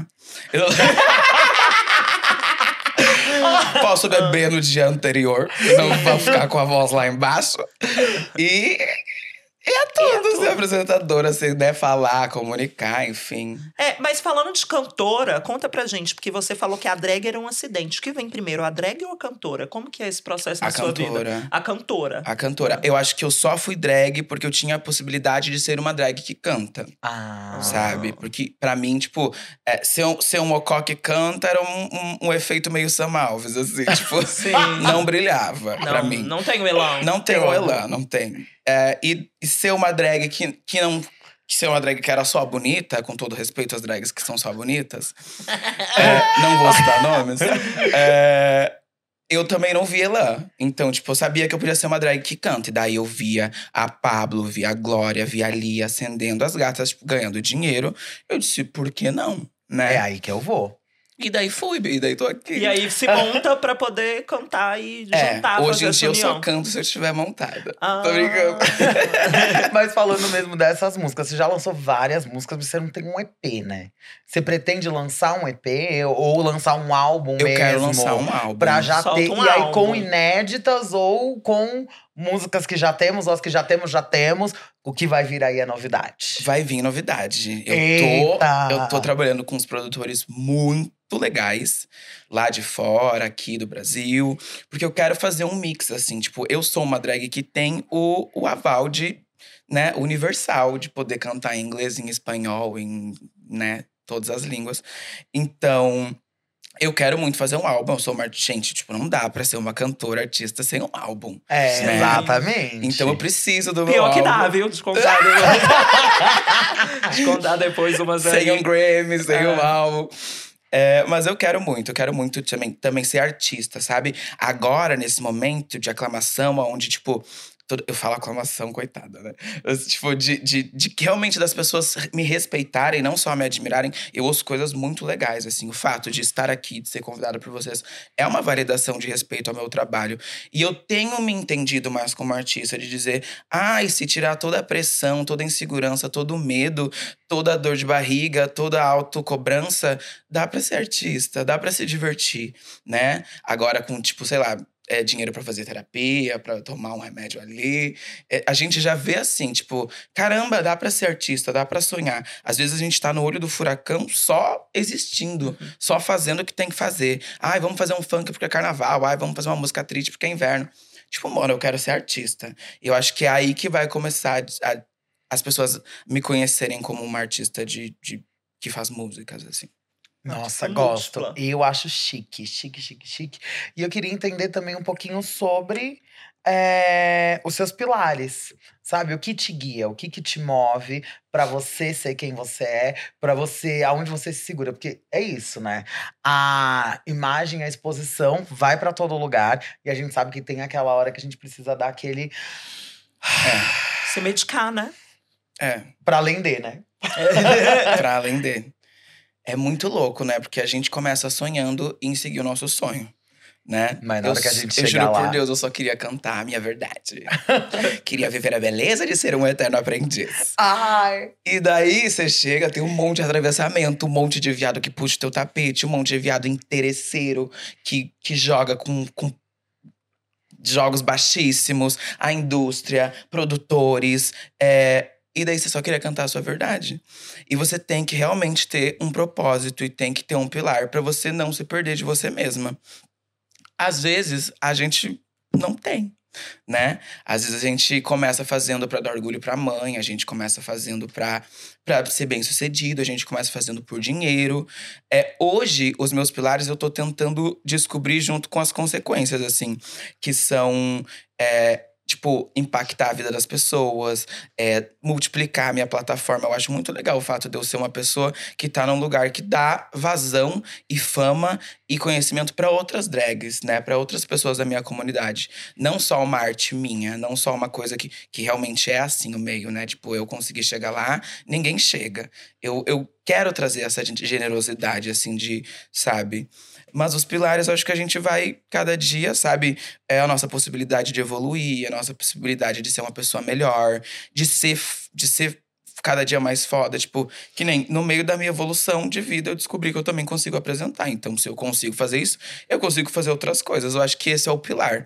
Posso beber no dia anterior, não vou ficar com a voz lá embaixo. E tudo, ser apresentadora, ser, né, falar, comunicar, enfim. Mas falando de cantora, conta pra gente, porque você falou que a drag era um acidente. O que vem primeiro, a drag ou a cantora? Como que é esse processo na sua vida? A cantora. A cantora. Eu acho que eu só fui drag porque eu tinha a possibilidade de ser uma drag que canta. Sabe? Porque pra mim, tipo, ser um mocó que canta era um efeito meio Sam Alves, assim. Tipo, não brilhava pra mim. Não tenho elan. Não tenho elan, não tenho. E ser uma drag que não… Que ser uma drag que era só bonita, com todo respeito às drags que são só bonitas. Não vou citar nomes. Eu também não via elan. Então, tipo, eu sabia que eu podia ser uma drag que canta. E daí eu via a Pablo, via a Glória, via a Lia acendendo as gatas, tipo, ganhando dinheiro. Eu disse, por que não? Né? É aí que eu vou. E daí fui, e daí tô aqui. E aí se monta pra poder cantar e juntar, hoje em fazer dia eu essa união. só canto se eu estiver montada. Tô brincando. Mas falando mesmo dessas músicas, você já lançou várias músicas, mas você não tem um EP, né? Você pretende lançar um EP ou lançar um álbum mesmo? Eu quero lançar um álbum. Pra já Solta ter. um E aí álbum. com inéditas ou com músicas que já temos, ou as que já temos. O que vai vir aí é novidade. Vai vir novidade. Eita! Eu tô trabalhando com uns produtores muito legais. Lá de fora, aqui do Brasil. Porque eu quero fazer um mix, assim. Tipo, eu sou uma drag que tem o aval de… né, universal. De poder cantar em inglês, em espanhol, em… né, todas as línguas. Então… Eu quero muito fazer um álbum, eu sou uma… Gente, tipo, não dá pra ser uma cantora, artista sem um álbum. né? Exatamente. Então eu preciso do meu Pior álbum. que dá, viu? Descontar. Descontar depois umas Sem um Grammy, sem um É. álbum. Mas eu quero muito também ser artista, sabe? Agora, nesse momento de aclamação, onde, tipo… Eu falo aclamação, coitada, né? Tipo, de que realmente das pessoas me respeitarem, não só me admirarem. Eu ouço coisas muito legais, assim. O fato de estar aqui, de ser convidada por vocês, é uma validação de respeito ao meu trabalho. E eu tenho me entendido mais como artista, de dizer… e se tirar toda a pressão, toda a insegurança, todo o medo, toda a dor de barriga, toda a autocobrança, dá pra ser artista, dá pra se divertir, né? Agora com, tipo, sei lá… dinheiro pra fazer terapia, pra tomar um remédio ali. A gente já vê assim, tipo… Caramba, dá pra ser artista, dá pra sonhar. Às vezes a gente tá no olho do furacão só existindo. Só fazendo o que tem que fazer. Vamos fazer um funk porque é carnaval. Vamos fazer uma música triste porque é inverno. Tipo, mano, eu quero ser artista. Eu acho que é aí que vai começar as pessoas me conhecerem como uma artista que faz músicas, assim. Nossa, Múltipla. gosto. E eu acho chique. E eu queria entender também um pouquinho sobre os seus pilares, sabe? O que te guia, o que te move pra você ser quem você é, pra você, aonde você se segura. Porque é isso, né? A imagem, a exposição vai pra todo lugar. E a gente sabe que tem aquela hora que a gente precisa dar aquele… Se medicar, né? Pra além de, né? Pra além de… É muito louco, né? Porque a gente começa sonhando em seguir o nosso sonho, né? Mas na hora que a gente eu chegar juro lá… por Deus, eu só queria cantar a minha verdade. Queria viver a beleza de ser um eterno aprendiz. Ai! E daí, você chega, tem um monte de atravessamento, um monte de viado que puxa o teu tapete, um monte de viado interesseiro que joga com jogos baixíssimos, a indústria, produtores… E daí você só queria cantar a sua verdade. E você tem que realmente ter um propósito e tem que ter um pilar pra você não se perder de você mesma. Às vezes, a gente não tem, né? Às vezes a gente começa fazendo pra dar orgulho pra mãe, a gente começa fazendo pra ser bem-sucedido, a gente começa fazendo por dinheiro. Hoje, os meus pilares eu tô tentando descobrir junto com as consequências, assim. Que são… tipo, impactar a vida das pessoas, multiplicar a minha plataforma. Eu acho muito legal o fato de eu ser uma pessoa que tá num lugar que dá vazão e fama e conhecimento pra outras drags, né? Pra outras pessoas da minha comunidade. Não só uma arte minha, não só uma coisa que realmente é assim o meio, né? Tipo, eu consegui chegar lá, ninguém chega. Eu quero trazer essa generosidade, assim, sabe… Mas os pilares, eu acho que a gente vai, cada dia, sabe? É a nossa possibilidade de evoluir, a nossa possibilidade de ser uma pessoa melhor, de ser cada dia mais foda. Tipo, que nem no meio da minha evolução de vida, eu descobri que eu também consigo apresentar. Então, se eu consigo fazer isso, eu consigo fazer outras coisas. Eu acho que esse é o pilar.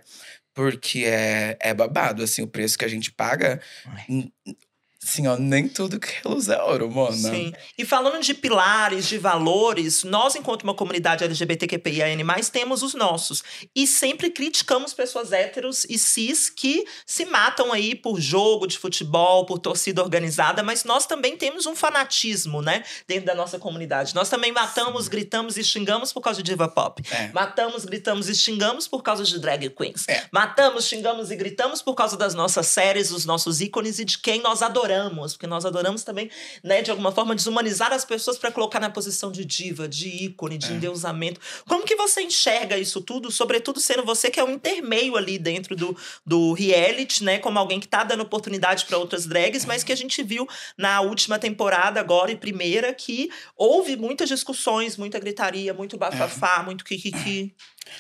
Porque é babado, assim, o preço que a gente paga. Assim, ó, nem tudo que reluz é ouro, mano. Sim. E falando de pilares, de valores, nós, enquanto uma comunidade LGBTQIAN+, temos os nossos. E sempre criticamos pessoas héteros e cis que se matam aí por jogo de futebol, por torcida organizada, mas nós também temos um fanatismo, né, dentro da nossa comunidade. Nós também matamos, gritamos e xingamos por causa de diva pop. Matamos, gritamos e xingamos por causa de drag queens. Matamos, xingamos e gritamos por causa das nossas séries, dos nossos ícones e de quem nós adoramos. Porque nós adoramos também, né, de alguma forma, desumanizar as pessoas para colocar na posição de diva, de ícone, de endeusamento. Como que você enxerga isso tudo? Sobretudo sendo você que é um intermeio ali dentro do reality, né? Como alguém que tá dando oportunidade para outras drags, mas que a gente viu na última temporada, agora e primeira, que houve muitas discussões, muita gritaria, muito bafafá, muito kikiki.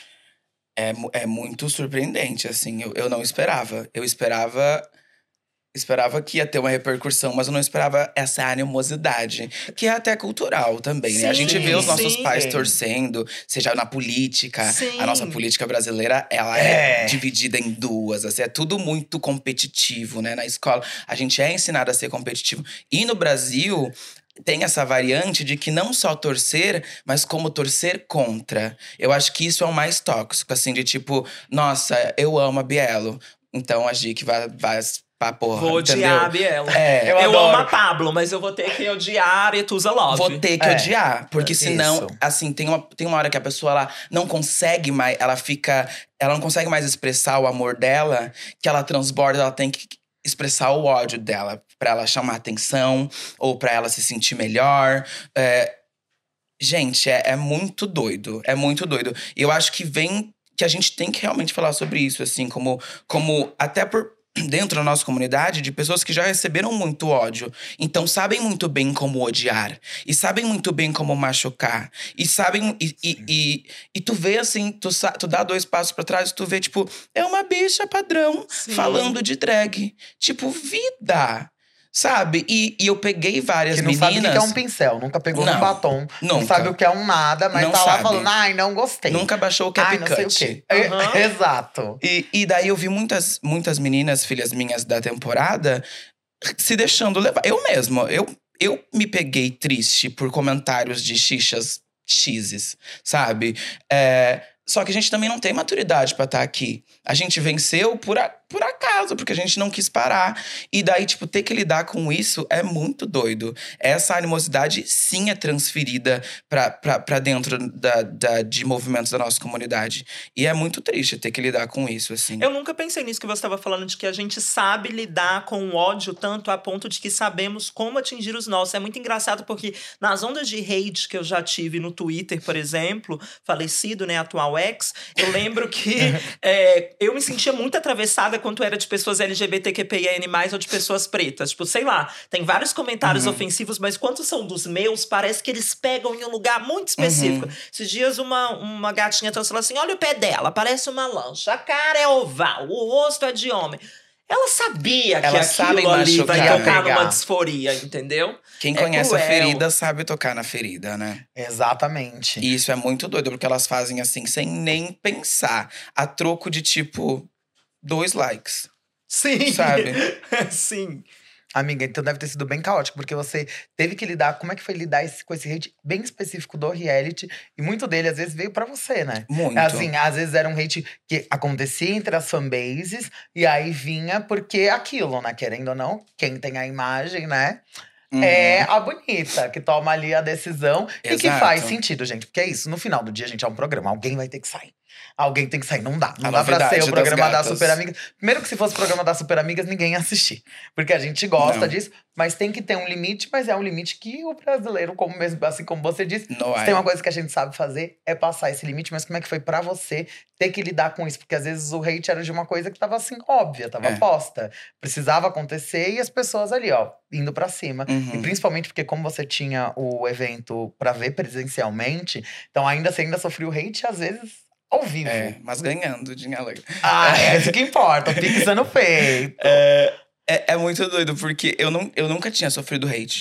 É muito surpreendente, assim. Eu não esperava. Eu esperava que ia ter uma repercussão, mas eu não esperava essa animosidade, que é até cultural também, né? A gente vê os nossos pais torcendo, seja na política. A nossa política brasileira, ela é dividida em duas, assim, é tudo muito competitivo, né? Na escola, a gente é ensinado a ser competitivo. E no Brasil, tem essa variante de que não só torcer, mas como torcer contra. Eu acho que isso é o mais tóxico, assim, de tipo, nossa, eu amo a Bielo, então a Gi que vai porra, vou odiar a Bielo. Eu amo a Pablo, mas eu vou ter que odiar a Aretusa Love. Vou ter que odiar, porque senão, assim, tem uma hora que a pessoa ela não consegue mais, ela não consegue mais expressar o amor dela, que ela transborda, ela tem que expressar o ódio dela, pra ela chamar atenção, ou pra ela se sentir melhor. Gente, é muito doido, é muito doido. E eu acho que a gente tem que realmente falar sobre isso, assim, como até por dentro da nossa comunidade, de pessoas que já receberam muito ódio. Então sabem muito bem como odiar. E sabem muito bem como machucar. E sabem… E tu vê assim, tu dá 2 passos pra trás e tu vê, tipo… É uma bicha padrão falando de drag. Tipo, vida… Sabe? E eu peguei várias meninas… Que não sabe o que é um pincel, nunca pegou um batom. Não sabe o que é um nada, mas não tá lá falando, ai, não gostei. Nunca baixou o CapCut. Não sei o quê. Exato. E daí eu vi muitas meninas, filhas minhas da temporada, se deixando levar. Eu mesmo, eu me peguei triste por comentários de xixas xizes, sabe? Só que a gente também não tem maturidade pra estar aqui. A gente venceu por acaso, porque a gente não quis parar. E daí, tipo, ter que lidar com isso é muito doido. Essa animosidade, sim, é transferida pra dentro de movimentos da nossa comunidade. E é muito triste ter que lidar com isso, assim. Eu nunca pensei nisso que você estava falando, de que a gente sabe lidar com o ódio tanto a ponto de que sabemos como atingir os nossos. É muito engraçado porque nas ondas de hate que eu já tive no Twitter, por exemplo, falecido, né, atual ex, eu lembro que eu me sentia muito atravessada quanto era de pessoas LGBTQIAN+, ou de pessoas pretas. Tipo, sei lá, tem vários comentários ofensivos, mas quantos são dos meus, parece que eles pegam em um lugar muito específico. Esses dias uma gatinha trouxe assim, olha o pé dela, parece uma lancha, a cara é oval, o rosto é de homem. Ela sabia que aquilo ali vai tocar numa disforia, entendeu? Quem conhece a ferida sabe tocar na ferida, né? Exatamente. E isso é muito doido, porque elas fazem assim, sem nem pensar. A troco de, tipo, 2 likes. Sim. Sabe? Sim. Amiga, então deve ter sido bem caótico, porque você teve que lidar… Como é que foi lidar com esse hate bem específico do reality? E muito dele, às vezes, veio pra você, né? Muito. Assim, às vezes era um hate que acontecia entre as fanbases. E aí vinha porque aquilo, né? Querendo ou não, quem tem a imagem, né? É a bonita, que toma ali a decisão. Exato. E que faz sentido, gente. Porque é isso, no final do dia, gente, é um programa. Alguém vai ter que sair. Alguém tem que sair, não dá. Não dá pra ser o programa da Super Amigas. Primeiro que se fosse o programa da Super Amigas, ninguém ia assistir. Porque a gente gosta disso, mas tem que ter um limite. Mas é um limite que o brasileiro, como mesmo, assim como você disse… Se tem uma coisa que a gente sabe fazer, é passar esse limite. Mas como é que foi pra você ter que lidar com isso? Porque às vezes o hate era de uma coisa que tava assim, óbvia, tava posta. Precisava acontecer e as pessoas ali, ó, indo pra cima. E principalmente porque como você tinha o evento pra ver presencialmente, então você ainda sofreu hate, às vezes… ao vivo. Mas ganhando dinheiro. É isso que importa, o Pix no peito. É muito doido, porque eu nunca tinha sofrido hate.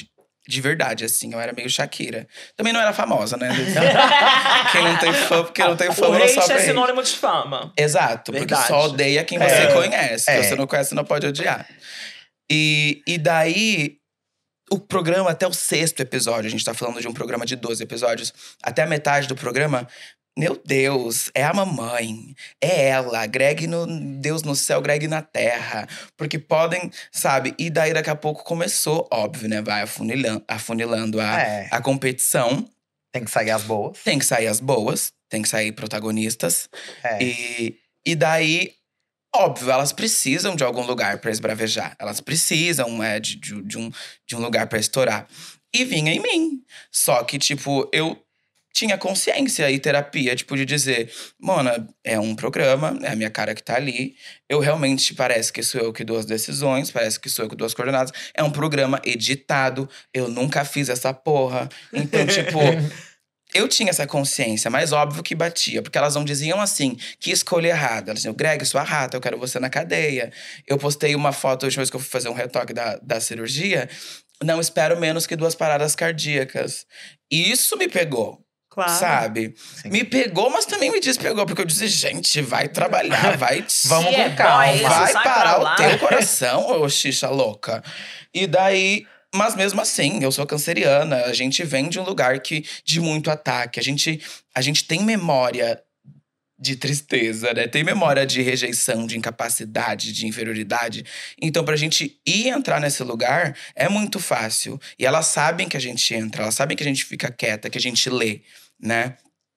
De verdade, assim, eu era meio Shakira. Também não era famosa, né? Quem não tem fã, porque não tem fã, O não hate sofre é hate. sinônimo de fama. Exato, porque Verdade. só odeia quem você conhece. Que você não conhece, não pode odiar. E daí, o programa, até o 6º episódio, a gente tá falando de um programa de 12 episódios, até a metade do programa, meu Deus, é a mamãe, é ela, Greg no Deus no céu, Greg na terra. Porque podem, sabe? E daí daqui a pouco começou, óbvio, né? Vai afunilando a competição. Tem que sair as boas. Tem que sair as boas, tem que sair protagonistas. E daí, óbvio, elas precisam de algum lugar pra esbravejar. Elas precisam de um lugar pra estourar. E vinha em mim. Só que, tipo, eu tinha consciência e terapia, tipo, de dizer… Mona, é um programa, é a minha cara que tá ali. Eu realmente, parece que sou eu que dou as decisões. Parece que sou eu que dou as coordenadas. É um programa editado. Eu nunca fiz essa porra. Então, tipo… Eu tinha essa consciência, mas óbvio que batia. Porque elas não diziam assim, que escolha errada. Elas diziam, Greg, sua rata, eu quero você na cadeia. Eu postei uma foto, a última vez que eu fui fazer um retoque da cirurgia. Não espero menos que 2 paradas cardíacas. E isso me pegou. Claro. Sabe? Sim. Me pegou, mas também me despegou. Porque eu disse, gente, vai trabalhar, vai… Vamos com bom calma. é isso, vai sai parar pra o lá. teu coração, ô xixa louca. E daí… Mas mesmo assim, eu sou canceriana. A gente vem de um lugar de muito ataque. A gente tem memória de tristeza, né? Tem memória de rejeição, de incapacidade, de inferioridade. Então, pra gente ir entrar nesse lugar, é muito fácil. E elas sabem que a gente entra, elas sabem que a gente fica quieta, que a gente lê, né?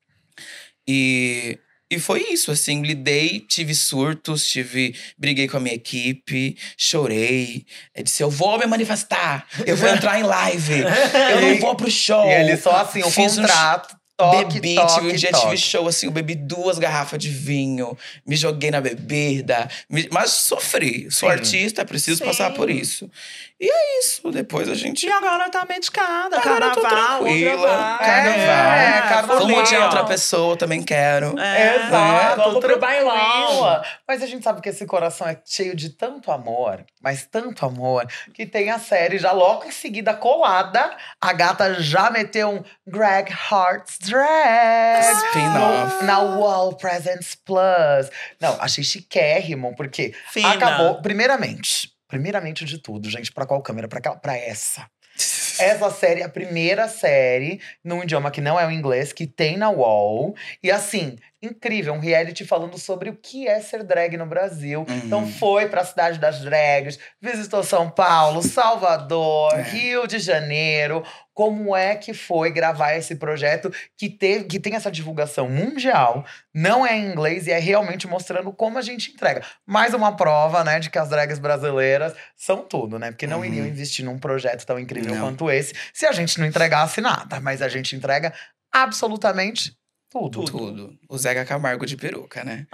E foi isso, assim, lidei, tive surtos, briguei com a minha equipe, chorei. Disse, eu vou me manifestar, eu vou entrar em live, eu não vou pro show. E ele só assim, o Fiz contrato, bebi, tive um dia tive show, assim, eu bebi 2 garrafas de vinho, me joguei na bebida, mas sofri. Sou artista, preciso passar por isso. E é isso, depois a gente… E agora tá medicada, Agora eu tô carnaval, tranquila, carnaval. Vamos de outra pessoa, também quero. Exato, vamos pro tranquila. bailão. Mas a gente sabe que esse coração é cheio de tanto amor, mas tanto amor, que tem a série já logo em seguida colada. A gata já meteu um Greg Hart's Drag Spin-off. na Wall Presents Plus. Não, achei chiquérrimo, porque Fina. acabou… Primeiramente de tudo, gente, pra qual câmera? Pra essa. Essa série é a primeira série num idioma que não é o inglês, que tem na Wall. E assim, incrível, um reality falando sobre o que é ser drag no Brasil. Então foi pra cidade das drags, visitou São Paulo, Salvador, Rio de Janeiro. Como é que foi gravar esse projeto que tem essa divulgação mundial, não é em inglês e é realmente mostrando como a gente entrega. Mais uma prova, né, de que as drags brasileiras são tudo, né? Porque não iriam investir num projeto tão incrível quanto esse se a gente não entregasse nada. Mas a gente entrega absolutamente tudo. O Zeca Camargo de peruca, né?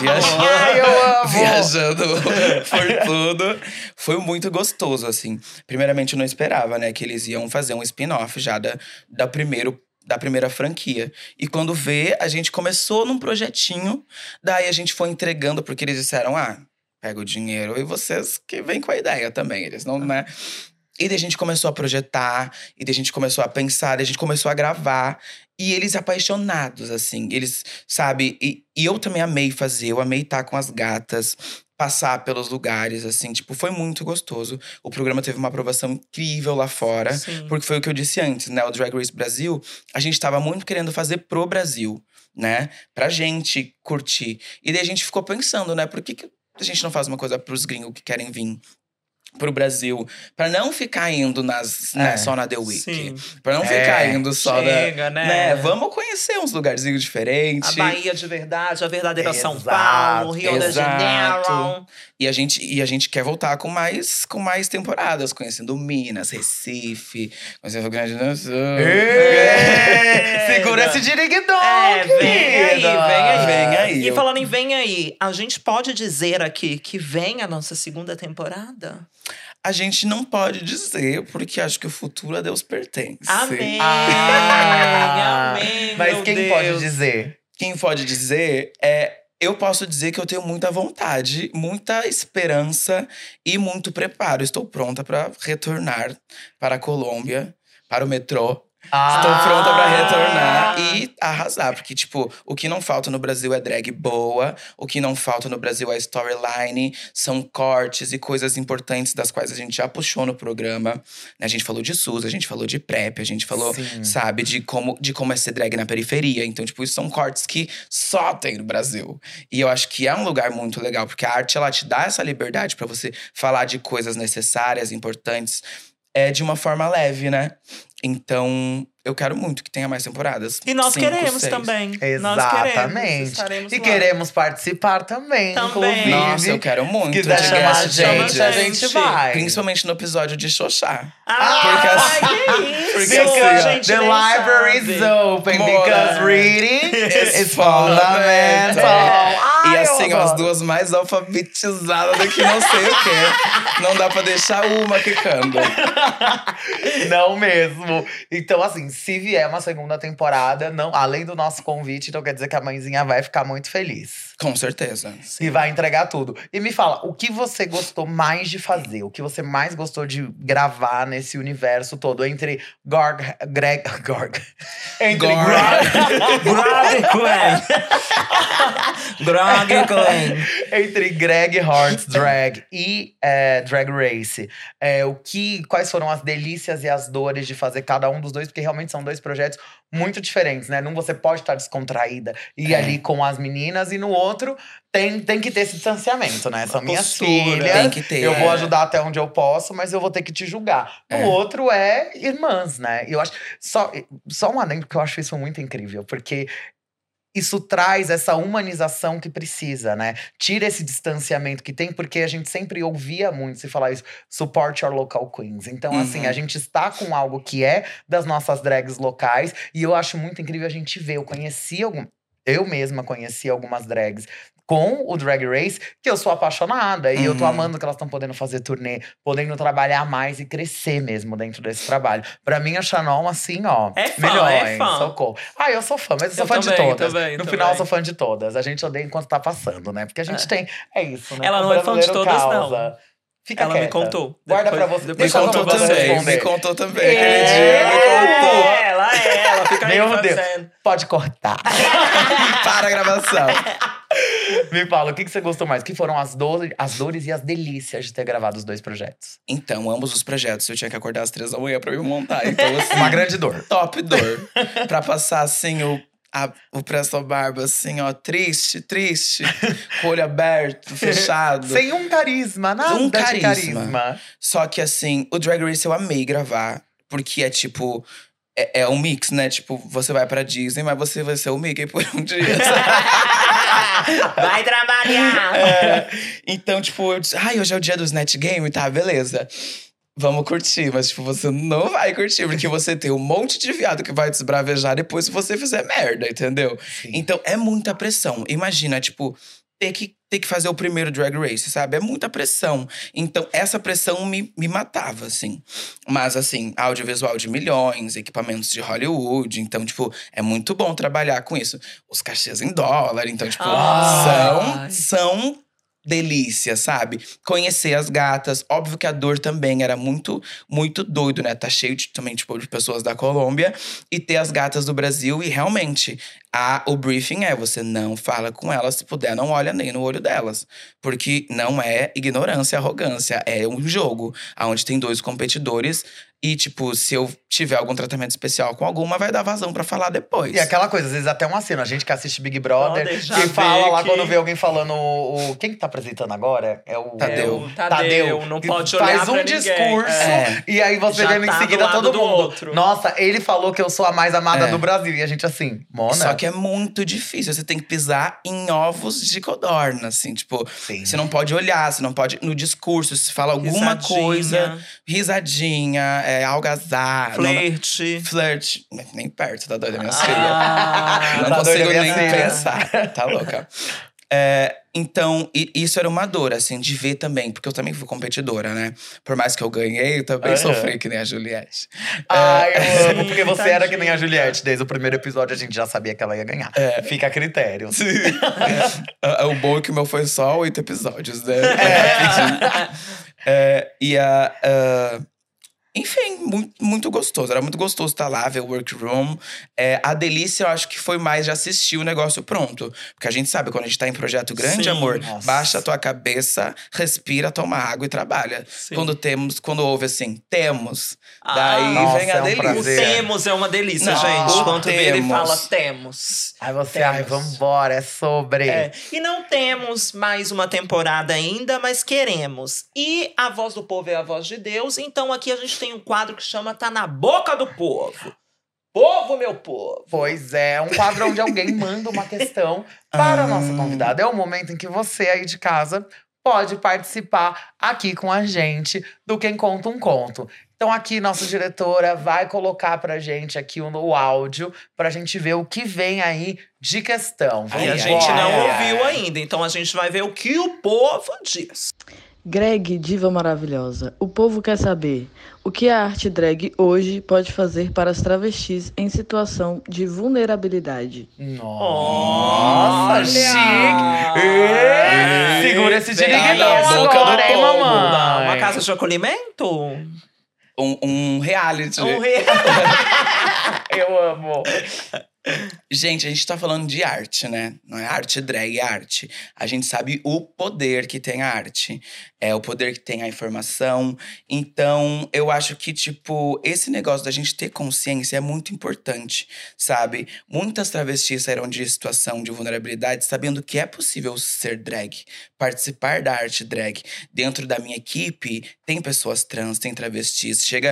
Eu amo! Viajando por tudo. Foi muito gostoso, assim. Primeiramente, eu não esperava, né? Que eles iam fazer um spin-off já da primeira franquia. E quando a gente começou num projetinho. Daí a gente foi entregando, porque eles disseram… pega o dinheiro e vocês que vêm com a ideia também. Eles não, né? E daí a gente começou a projetar, e daí a gente começou a pensar, daí a gente começou a gravar. E eles apaixonados, assim. Eles, sabe… E eu também amei fazer, eu amei estar com as gatas, passar pelos lugares, assim. Tipo, foi muito gostoso. O programa teve uma aprovação incrível lá fora. Sim. Porque foi o que eu disse antes, né? O Drag Race Brasil, a gente tava muito querendo fazer pro Brasil, né? Pra gente curtir. E daí a gente ficou pensando, né? Por que a gente não faz uma coisa pros gringos que querem vir pro Brasil, pra não ficar indo só na The Week. Sim. Pra não ficar indo só Chega, né? Vamos conhecer uns lugarzinhos diferentes. A Bahia de verdade, a verdadeira São Exato, Paulo, Rio de exato. Janeiro. E a gente quer voltar com mais temporadas, conhecendo Minas, Recife, conhecendo o Rio Grande do Sul. Segura esse diriguidão, Vem aí. E falando em vem aí, a gente pode dizer aqui que vem a nossa segunda temporada? A gente não pode dizer, porque acho que o futuro a Deus pertence. Amém! Amém, Mas meu quem Deus. pode dizer? Quem pode dizer eu posso dizer que eu tenho muita vontade, muita esperança e muito preparo. Estou pronta para retornar para a Colômbia para o metrô. Ah! Estou pronta pra retornar e arrasar. Porque, tipo, o que não falta no Brasil é drag boa. O que não falta no Brasil é storyline. São cortes e coisas importantes das quais a gente já puxou no programa. Né? A gente falou de SUS, a gente falou de PrEP. A gente falou, Sim. sabe, de como é ser drag na periferia. Então, tipo, isso são cortes que só tem no Brasil. E eu acho que é um lugar muito legal. Porque a arte, ela te dá essa liberdade pra você falar de coisas necessárias, importantes. De uma forma leve, né? Então, eu quero muito que tenha mais temporadas. E nós 5, queremos 6. também. Exatamente. Nós queremos, estaremos e lá. queremos participar também, inclusive. Nossa, eu quero muito. Se quiser de chamar a guest gente, judges. a gente vai. Principalmente no episódio de Xoxá. Porque assim- que isso? porque assim, a ó, gente The nem library is sabe. open Mona. because reading is fundamental. E Ai, eu assim, ó, as adoro. duas mais alfabetizadas do que não sei o quê. Não dá pra deixar uma quicando. Não mesmo. Então, assim, se vier uma segunda temporada, não, além do nosso convite, então quer dizer que a mãezinha vai ficar muito feliz. Com certeza. E vai entregar tudo. E me fala, o que você gostou mais de fazer? O que você mais gostou de gravar nesse universo todo? Entre Entre Greg Queen. Greg Queen. Entre Greg Hearts Drag e Drag Race. Quais foram as delícias e as dores de fazer cada um dos dois? Porque realmente são dois projetos muito diferentes, né? Num você pode estar descontraída e ir ali com as meninas, e no outro tem que ter esse distanciamento, né? São minhas postura. filhas. Tem que ter. Eu vou ajudar até onde eu posso, mas eu vou ter que te julgar. No outro é irmãs, né? E eu acho. Só um adendo que eu acho isso muito incrível, porque isso traz essa humanização que precisa, né? Tira esse distanciamento que tem, porque a gente sempre ouvia muito se falar isso, support your local queens. Então, assim, a gente está com algo que é das nossas drags locais, e eu acho muito incrível a gente ver. Eu mesma conheci algumas drags com o Drag Race, que eu sou apaixonada. E eu tô amando que elas estão podendo fazer turnê, podendo trabalhar mais e crescer mesmo dentro desse trabalho. Pra mim, a Shannon, assim, ó, É fã, milhões, é fã. socorro. Eu sou fã, mas eu sou Eu fã de também, todas. também, No também. final, eu sou fã de todas. A gente odeia enquanto tá passando, né? Porque a gente tem… É isso, né? Ela O não é fã de brasileiro todas, não. causa. Fica Ela quieta. me contou. Guarda Depois- pra você. depois Me Deixa contou pra você também. responder. Me contou também. Aquele dia, me Ela contou. ela fica aí Meu Deus. fazendo. Pode cortar. Para a gravação. Me fala, o que você gostou mais? O que foram as dores e as delícias de ter gravado os dois projetos? Então, ambos os projetos eu tinha que acordar às 3 da manhã pra me montar. Então, assim, Uma grande dor. top dor. Pra passar, assim, o Presto Barba, assim, ó, triste, com o olho aberto, fechado. Sem um carisma, nada Um de carisma. carisma. Só que, assim, o Drag Race eu amei gravar. Porque é, tipo… É um mix, né? Tipo, você vai pra Disney, mas você vai ser o Mickey por um dia. Vai trabalhar! Então, tipo, eu disse, hoje é o dia do Snatch Game, tá, beleza. Vamos curtir, mas tipo, você não vai curtir, porque você tem um monte de viado que vai te esbravejar depois se você fizer merda, entendeu? Sim. Então, é muita pressão. Imagina, tipo, ter que fazer o primeiro Drag Race, sabe? É muita pressão. Então, essa pressão me matava, assim. Mas, assim, audiovisual de milhões, equipamentos de Hollywood. Então, tipo, é muito bom trabalhar com isso. Os cachês em dólar, então, tipo, Ai. são delícia, sabe? Conhecer as gatas. Óbvio que a dor também era muito, muito doido, né? Tá cheio também, tipo, de pessoas da Colômbia. E ter as gatas do Brasil. E realmente, o briefing você não fala com elas. Se puder, não olha nem no olho delas. Porque não é ignorância, arrogância. É um jogo, onde tem dois competidores. E, tipo, se eu tiver algum tratamento especial com alguma, vai dar vazão pra falar depois. E aquela coisa, às vezes até uma cena. A gente que assiste Big Brother, Brother, já que fala vê lá que- quando vê alguém falando… Quem que tá apresentando agora? É o… Tadeu. Tadeu, não que pode olhar faz um pra ninguém. discurso É. e aí você Já vendo em tá do seguida lado todo do mundo. outro. Nossa, ele falou que eu sou a mais amada É. do Brasil. E a gente assim, Mona… Só que é muito difícil. Você tem que pisar em ovos de codorna, assim. Tipo, Sim. você não pode olhar, você não pode… No discurso, se fala alguma Risadinha. coisa… Risadinha, algazar… Flerte. Flirt. Nem perto, tá doida, minha Ah, filha. Não tá doida, consigo minha nem filha. pensar. Tá louca. Então, isso era uma dor, assim, de ver também. Porque eu também fui competidora, né? Por mais que eu ganhei, eu também Aham. sofri que nem a Juliette. Ai, eu amo, porque você era que nem a Tadinha. Juliette. Desde o primeiro episódio a gente já sabia que ela ia ganhar. Fica a critério. O bom é que o meu foi só 8 episódios, né? Enfim, muito gostoso. Era muito gostoso estar lá, ver o workroom. A delícia, eu acho que foi mais de assistir o negócio pronto. Porque a gente sabe, quando a gente tá em projeto grande, Sim. amor, Nossa. baixa a tua cabeça, respira, toma água e trabalha. Sim. Quando ouve assim, temos. Daí Nossa, vem a é um delícia. O prazer. temos é uma delícia, Não, gente. o Quando vira e temos. fala temos. Aí você, Temos. ai, vambora, é sobre. E não temos mais uma temporada ainda, mas queremos. E a voz do povo é a voz de Deus. Então aqui a gente tem um quadro que chama Tá na Boca do Povo. Povo, meu povo. Pois é, um quadro onde alguém manda uma questão para a nossa convidada. É o momento em que você aí de casa pode participar aqui com a gente do Quem Conta um Conto. Então aqui nossa diretora vai colocar pra gente aqui o áudio pra gente ver o que vem aí de questão. E a Ai, gente ai, não ai. ouviu ainda, então a gente vai ver o que o povo diz. Greg, diva maravilhosa, o povo quer saber o que a arte drag hoje pode fazer para as travestis em situação de vulnerabilidade. Nossa, Olha! chique! Segura esse Vem diriguidão aí, boca do agora, hein, povo. mamãe? Uma casa de acolhimento? Um reality. Eu amo. Gente, a gente tá falando de arte, né? Não é arte drag, é arte. A gente sabe o poder que tem a arte. É o poder que tem a informação. Então, eu acho que, tipo, esse negócio da gente ter consciência é muito importante, sabe? Muitas travestis saíram de situação de vulnerabilidade sabendo que é possível ser drag, participar da arte drag. Dentro da minha equipe, tem pessoas trans, tem travestis. Chega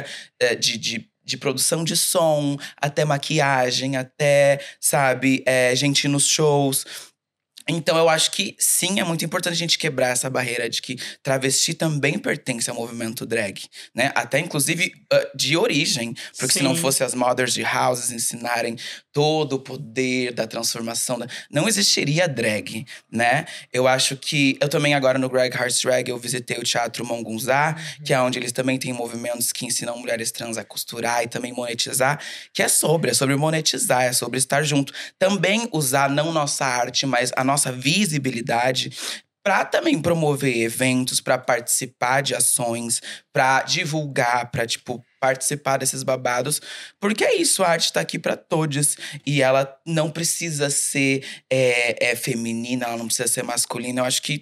de produção de som, até maquiagem, até, sabe, gente ir nos shows. Então, eu acho que, sim, é muito importante a gente quebrar essa barreira de que travesti também pertence ao movimento drag, né? Até, inclusive, de origem. Porque se não Sim. fosse as mothers de houses ensinarem todo o poder da transformação, não existiria drag, né? Eu acho que… Eu também, agora, no Greg Hearts Drag, eu visitei o Teatro Mongunzá, que é onde eles também têm movimentos que ensinam mulheres trans a costurar e também monetizar. Que é sobre monetizar, é sobre estar junto. Também usar não nossa arte, mas a nossa visibilidade para também promover eventos, para participar de ações, para divulgar, para tipo participar desses babados, porque é isso, a arte tá aqui para todos e ela não precisa ser feminina, ela não precisa ser masculina. Eu acho que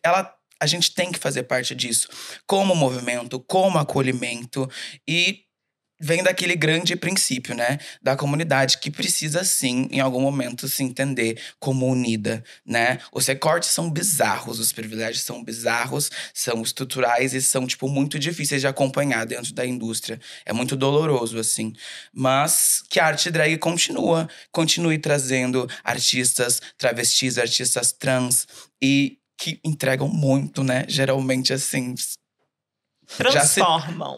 a gente tem que fazer parte disso, como movimento, como acolhimento e vem daquele grande princípio, né? Da comunidade que precisa, sim, em algum momento, se entender como unida, né? Os recortes são bizarros, os privilégios são bizarros, são estruturais e são, tipo, muito difíceis de acompanhar dentro da indústria. É muito doloroso, assim. Mas que a arte drag continue trazendo artistas travestis, artistas trans e que entregam muito, né? Geralmente, assim… Transformam.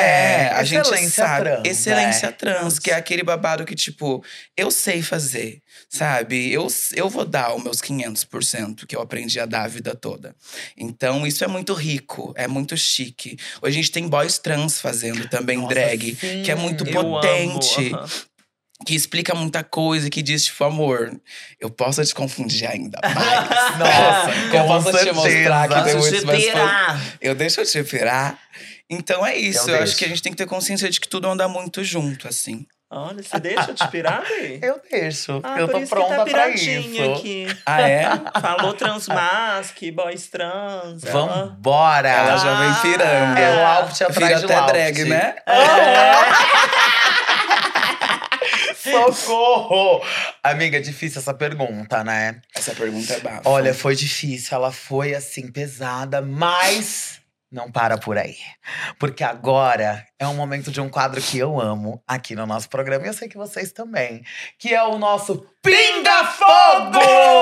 a gente excelência sabe. trans, Excelência né? trans, que é aquele babado que, tipo, eu sei fazer, sabe? Eu vou dar os meus 500% que eu aprendi a dar a vida toda. Então, isso é muito rico, é muito chique. Hoje a gente tem boys trans fazendo também Nossa, drag, sim. que é muito Eu potente. amo. Que explica muita coisa, que diz, tipo, amor, eu posso te confundir ainda mais. Nossa, eu com posso te certeza. mostrar que tem Deixa muito eu mais… tirar. Deixo eu te virar. Então é isso. Eu Eu acho deixo. que a gente tem que ter consciência de que tudo anda muito junto, assim. Olha, você deixa eu te pirar, Bê? Eu deixo. Ah, eu por tô isso pronta que tá pra piradinha isso. aqui. Ah, é? Falou transmasque, boys trans. Vambora! Ela já vem pirando. É Laut atrás Vira de até Laut. drag, né? Socorro! Amiga, é difícil essa pergunta, né? Essa pergunta é bafo. Olha, foi difícil. Ela foi, assim, pesada, mas… Não para por aí. Porque agora é um momento de um quadro que eu amo aqui no nosso programa. E eu sei que vocês também. Que é o nosso Pinga Fogo!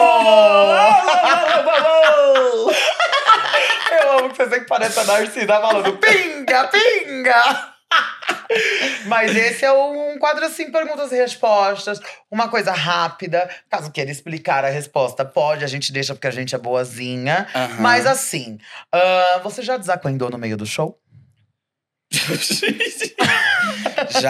Eu amo que você sempre parece a Narcisa falando pinga, pinga! Mas esse é um quadro assim, perguntas e respostas. Uma coisa rápida. Caso queira explicar a resposta, pode. A gente deixa porque a gente é boazinha. Aham. Mas assim, você já desacuendou no meio do show?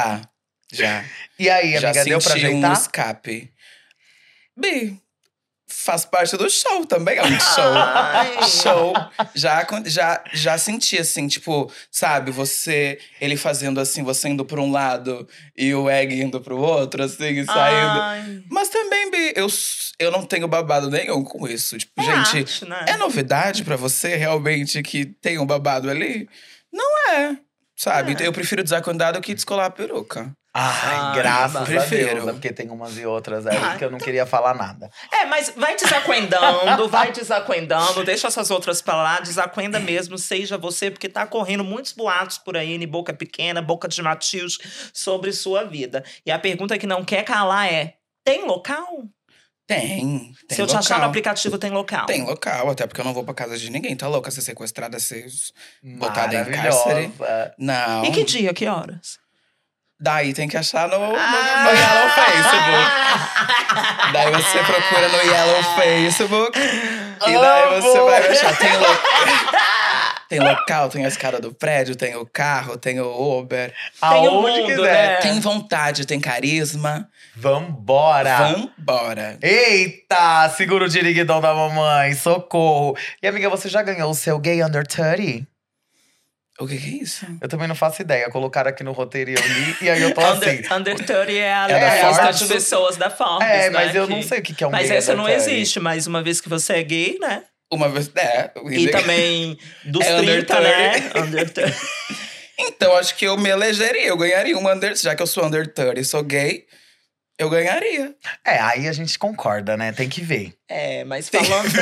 Já. E aí, Já amiga, deu pra senti ajeitar? um escape. Bi, faz parte do show também. É um show. Ai. Show. Já senti assim, tipo, sabe, ele fazendo assim, você indo pra um lado e o egg indo pro outro, assim, e saindo. Ai. Mas também, Bi, eu não tenho babado nenhum com isso. Tipo, gente, arte, né? é novidade pra você realmente que tem um babado ali? Não é. Sabe? Eu prefiro desacordar do que descolar a peruca. Ai, graças a prefiro. Deus. É porque tem umas e outras aí que eu não queria falar nada. Mas vai desacuendando, deixa essas outras pra lá, desacuenda mesmo, seja você, porque tá correndo muitos boatos por aí, em boca pequena, boca de matios, sobre sua vida. E a pergunta que não quer calar é: tem local? Tem Se eu te achar no aplicativo, tem local? Tem local, até porque eu não vou pra casa de ninguém. Tá louca ser sequestrada, ser botada em cárcere. Maravilhosa. Não. E que dia, que horas? Daí tem que achar no Yellow Facebook. Daí você procura no Yellow Facebook. E daí você vai achar. Tem local, tem a escada do prédio, tem o carro, tem o Uber. Tem o Aonde mundo, quiser. né? Tem vontade, tem carisma. Vambora! Vambora. Eita! Segura o diriguidão da mamãe, socorro! E amiga, você já ganhou o seu Gay Under 30? O que é isso? Eu também não faço ideia. Colocaram aqui no roteiro e eu li, e aí eu tô assim. Under 30 é a da lista Forbes? de pessoas da Forbes, É, né? mas eu não sei o que é um Mas Gay essa Under não 30. existe, mas uma vez que você é gay, né? Uma vez. E também dos É 30, under né? 30. Under 30. Então, acho que eu me elegeria. Eu ganharia um under. Já que eu sou under 30 e sou gay, eu ganharia. É, aí a gente concorda, né? Tem que ver. Mas falando.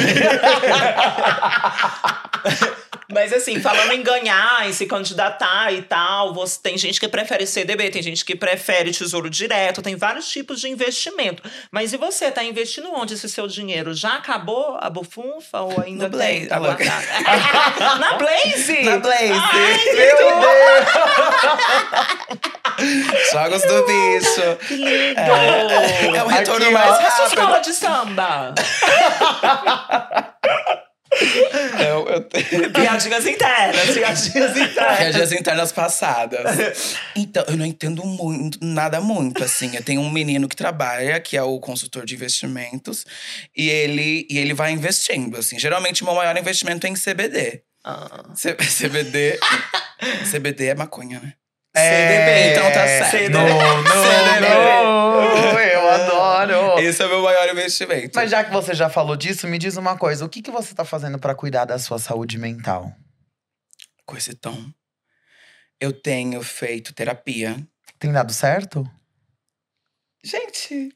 Mas assim, falando em ganhar, em se candidatar e tal, tem gente que prefere CDB, tem gente que prefere tesouro direto, tem vários tipos de investimento. Mas e você, tá investindo onde esse seu dinheiro? Já acabou a bufunfa ou ainda No tem? Blaze, louca. Na Blaze? Na Blaze! Ai, Meu Deus! Jogos do bicho. que lindo! É o retorno Aqui, mais ó. Essa é a sua rápido. escola de samba? Piadinhas internas. Piadinhas internas passadas. Então, eu não entendo nada muito, assim. Eu tenho um menino que trabalha, que é o consultor de investimentos. E ele vai investindo, assim. Geralmente, o meu maior investimento é em CBD. CBD é maconha, né? É, então tá certo. CDB. Não, eu adoro! Esse é o meu maior investimento. Mas já que você já falou disso, me diz uma coisa. O que você tá fazendo pra cuidar da sua saúde mental? Com esse tom, eu tenho feito terapia. Tem dado certo? Gente,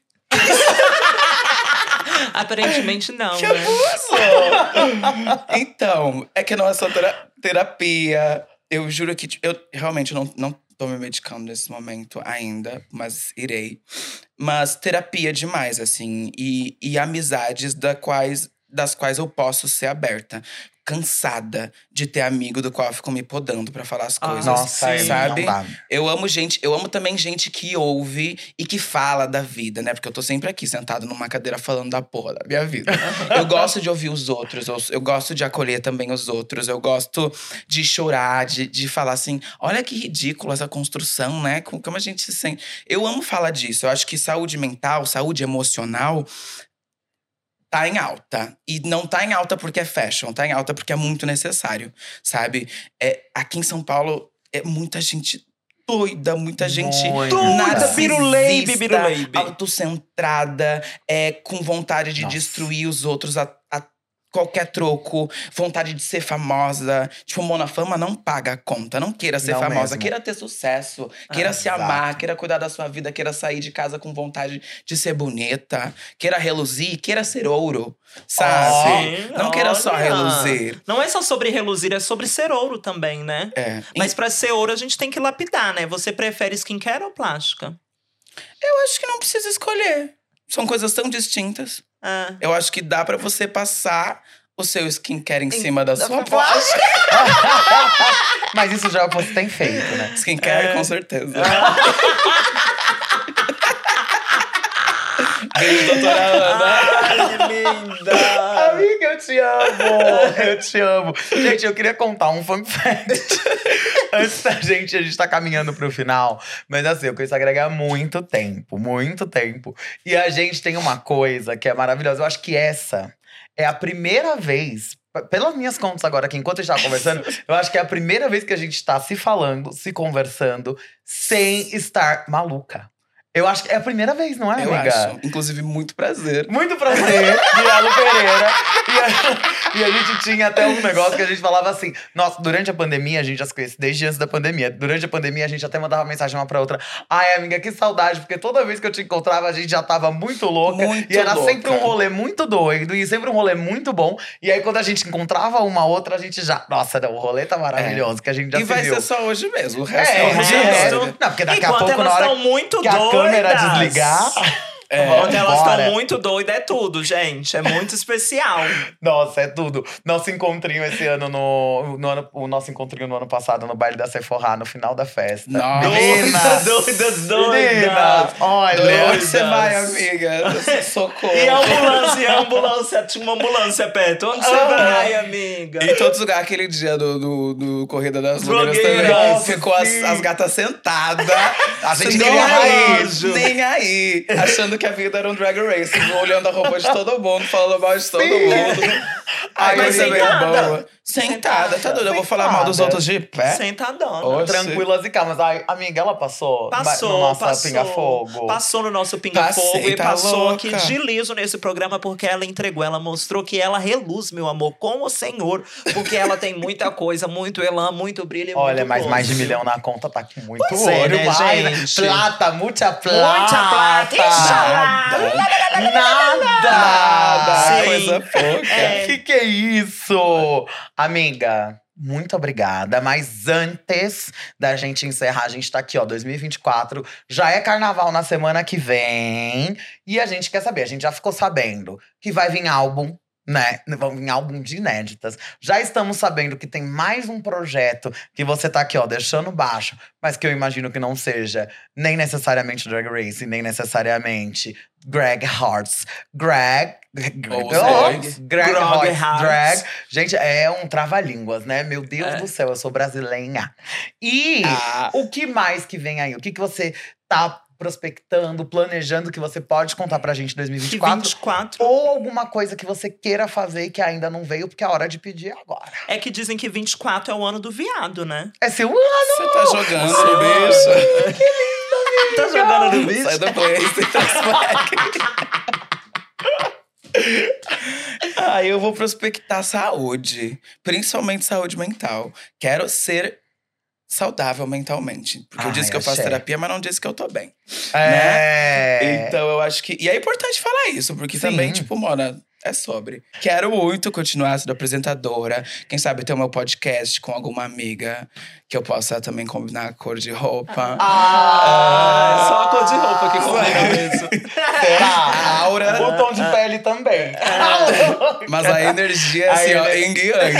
Aparentemente não, que né? abuso! Então, é que não é só terapia. Eu juro que eu realmente não tô me medicando nesse momento ainda, mas irei. Mas terapia demais, assim. E amizades das quais eu posso ser aberta. Cansada de ter amigo do qual eu fico me podando pra falar as coisas. Nossa, sim. sabe? não dá. Eu amo também gente que ouve e que fala da vida, né? Porque eu tô sempre aqui, sentado numa cadeira falando da porra da minha vida. Eu gosto de ouvir os outros, eu gosto de acolher também os outros. Eu gosto de chorar, de falar assim… Olha que ridículo essa construção, né? Como a gente se sente. Eu amo falar disso. Eu acho que saúde mental, saúde emocional… tá em alta. E não tá em alta porque é fashion, tá em alta porque é muito necessário, sabe? Aqui em São Paulo, é muita gente doida, muita gente Muita. Biruleibe. autocentrada, com vontade de destruir os outros a qualquer troco, vontade de ser famosa. Tipo, Mona Fama não paga a conta. Não queira ser Não famosa, mesmo. queira ter sucesso, queira se exato. amar, queira cuidar da sua vida, queira sair de casa com vontade de ser bonita, queira reluzir, queira ser ouro, sabe? Sim, Não queira só olha. reluzir. Não é só sobre reluzir, é sobre ser ouro também, né? Mas pra ser ouro, a gente tem que lapidar, né? Você prefere skincare ou plástica? Eu acho que não precisa escolher. São coisas tão distintas. Eu acho que dá pra você passar o seu skincare em cima da sua plástica. Mas isso já é o que você tem feito, né? Skincare, com certeza. Beijo, doutora Ana. Ai, que linda! Amiga, eu te amo! Eu te amo. Gente, eu queria contar um fun fact. Antes da gente, a gente tá caminhando pro final. Mas assim, eu conheço a Greg há muito tempo. Muito tempo. E a gente tem uma coisa que é maravilhosa. Eu acho que essa é a primeira vez… Pelas minhas contas agora, que enquanto a gente tava conversando, eu acho que é a primeira vez que a gente tá se falando, se conversando, sem estar maluca. Eu acho que é a primeira vez, não é, Eu amiga? acho. Inclusive, muito prazer. Muito prazer, Dialo Pereira. E a gente tinha até um negócio que a gente falava assim… Nossa, durante a pandemia, a gente já se conhece desde antes da pandemia. Durante a pandemia, a gente até mandava mensagem uma pra outra. Ai, amiga, que saudade. Porque toda vez que eu te encontrava, a gente já tava muito louca. Muito e era louca. sempre um rolê muito doido. E sempre um rolê muito bom. E aí, quando a gente encontrava uma outra, a gente já… Nossa, não, o rolê tá maravilhoso, que a gente já E se vai viu. ser só hoje mesmo. O resto É, é o hoje resto… Não, porque daqui Enquanto a pouco, elas na hora estão muito que a doidas. câmera desligar… Quando elas bora. estão muito doidas, é tudo, gente. É muito especial. Nossa, é tudo. Nosso encontrinho esse ano o nosso encontrinho no ano passado no baile da Sephora, no final da festa. Nossa. Meninas! Doidas. Meninas! Olha! Onde você vai, amiga? Socorro. E a ambulância, tinha uma ambulância perto. Onde você vai, amiga? Em todos os lugares, aquele dia do Corrida das Blogueiras Blogueiras. também. Nossa, Ficou sim. as gatas sentadas. A gente Não queria relógio, raio. nem aí. Achando que a vida era um drag race. Olhando a roupa de todo mundo, falando mal de todo mundo. Ai, Mas coisa bem sentada. boa. Sentada, tá doido? Eu vou falar mal dos Sentada. outros de pé. Sentadona. Oxe. Tranquilas e calmas. Ai, amiga, ela passou no nosso pinga-fogo. Passou no nosso pinga-fogo Passei, e tá passou louca. aqui de liso nesse programa porque ela entregou. Ela mostrou que ela reluz, meu amor, com o Senhor. Porque ela tem muita coisa, muito elan, muito brilho e Olha, muito mas gosto. mais de 1 milhão na conta tá com muito Pois é, ouro. né, Vai, né? gente? Plata, muita plata. Muita plata. Inxalá. Nada. Nada. Sim. Coisa pouca. É. Que é isso? Amiga, muito obrigada. Mas antes da gente encerrar, a gente tá aqui, ó, 2024. Já é carnaval na semana que vem. E a gente quer saber, a gente já ficou sabendo que vai vir álbum, né? Vão vir álbum de inéditas. Já estamos sabendo que tem mais um projeto que você tá aqui, ó, deixando baixo. Mas que eu imagino que não seja nem necessariamente Drag Race, nem necessariamente Greg Hearts. Greg Grog Hearts Drag. Gente, é um trava-línguas, né? Meu Deus É. do céu, eu sou brasileira. E Ah. o que mais que vem aí? O que você tá prospectando, planejando que você pode contar pra gente em Que 2024? 24. Ou alguma coisa que você queira fazer e que ainda não veio, porque é hora de pedir agora. É que dizem que 24 é o ano do viado, né? É seu ano! Você tá jogando no bicho? Tá jogando no bicho? Sai do play, você tá eu vou prospectar saúde. Principalmente saúde mental. Quero ser saudável mentalmente. Porque eu disse que eu faço axé. terapia, mas não disse que eu tô bem. É. Então eu acho que… E é importante falar isso, porque Sim. também, tipo, Mona… É sobre. Quero muito continuar sendo apresentadora. Quem sabe ter o meu podcast com alguma amiga. Que eu possa também combinar a cor de roupa. Ah, só a cor de roupa que combina mesmo. Será? A aura. O tom de pele também. Mas a energia, assim, A ó, ener- yin e yang.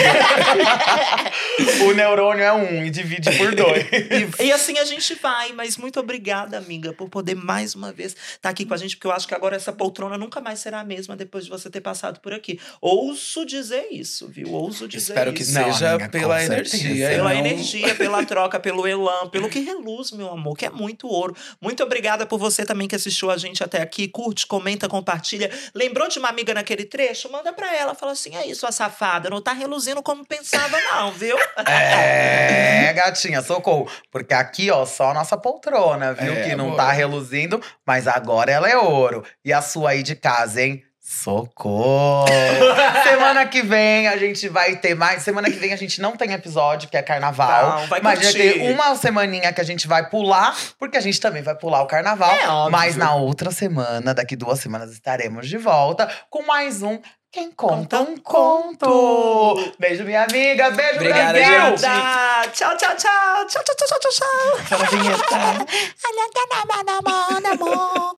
O neurônio é 1 e divide por 2. E assim a gente vai, mas muito obrigada, amiga, por poder mais uma vez estar aqui com a gente, porque eu acho que agora essa poltrona nunca mais será a mesma depois de você ter passado por aqui. Ouso dizer isso, viu? Ouso dizer Espero que isso. Não, seja amiga, pela com energia. certeza. e Pela não- energia, pela troca, pelo elan, pelo que reluz, meu amor, que é muito ouro. Muito obrigada por você também que assistiu a gente até aqui. Curte, comenta, compartilha. Lembrou de uma amiga naquele trecho? Manda pra ela. Fala assim, é isso, sua safada. Não tá reluzindo como pensava não, viu? É, gatinha, socorro. Porque aqui, ó, só a nossa poltrona, viu? É, que não amor. tá reluzindo, mas agora ela é ouro. E a sua aí de casa, hein? Socorro! Semana que vem a gente vai ter mais. Semana que vem a gente não tem episódio, que é carnaval. Não, vai mas vai curtir. ter uma semaninha que a gente vai pular, porque a gente também vai pular o carnaval. É óbvio. Mas na outra semana, daqui 2 semanas, estaremos de volta com mais um Quem Conta um Conto. Beijo, minha amiga. Beijo, Obrigada, Brasil. gente. Tchau, tchau, tchau. Tchau, tchau, tchau, tchau, tchau. Aquela vinheta.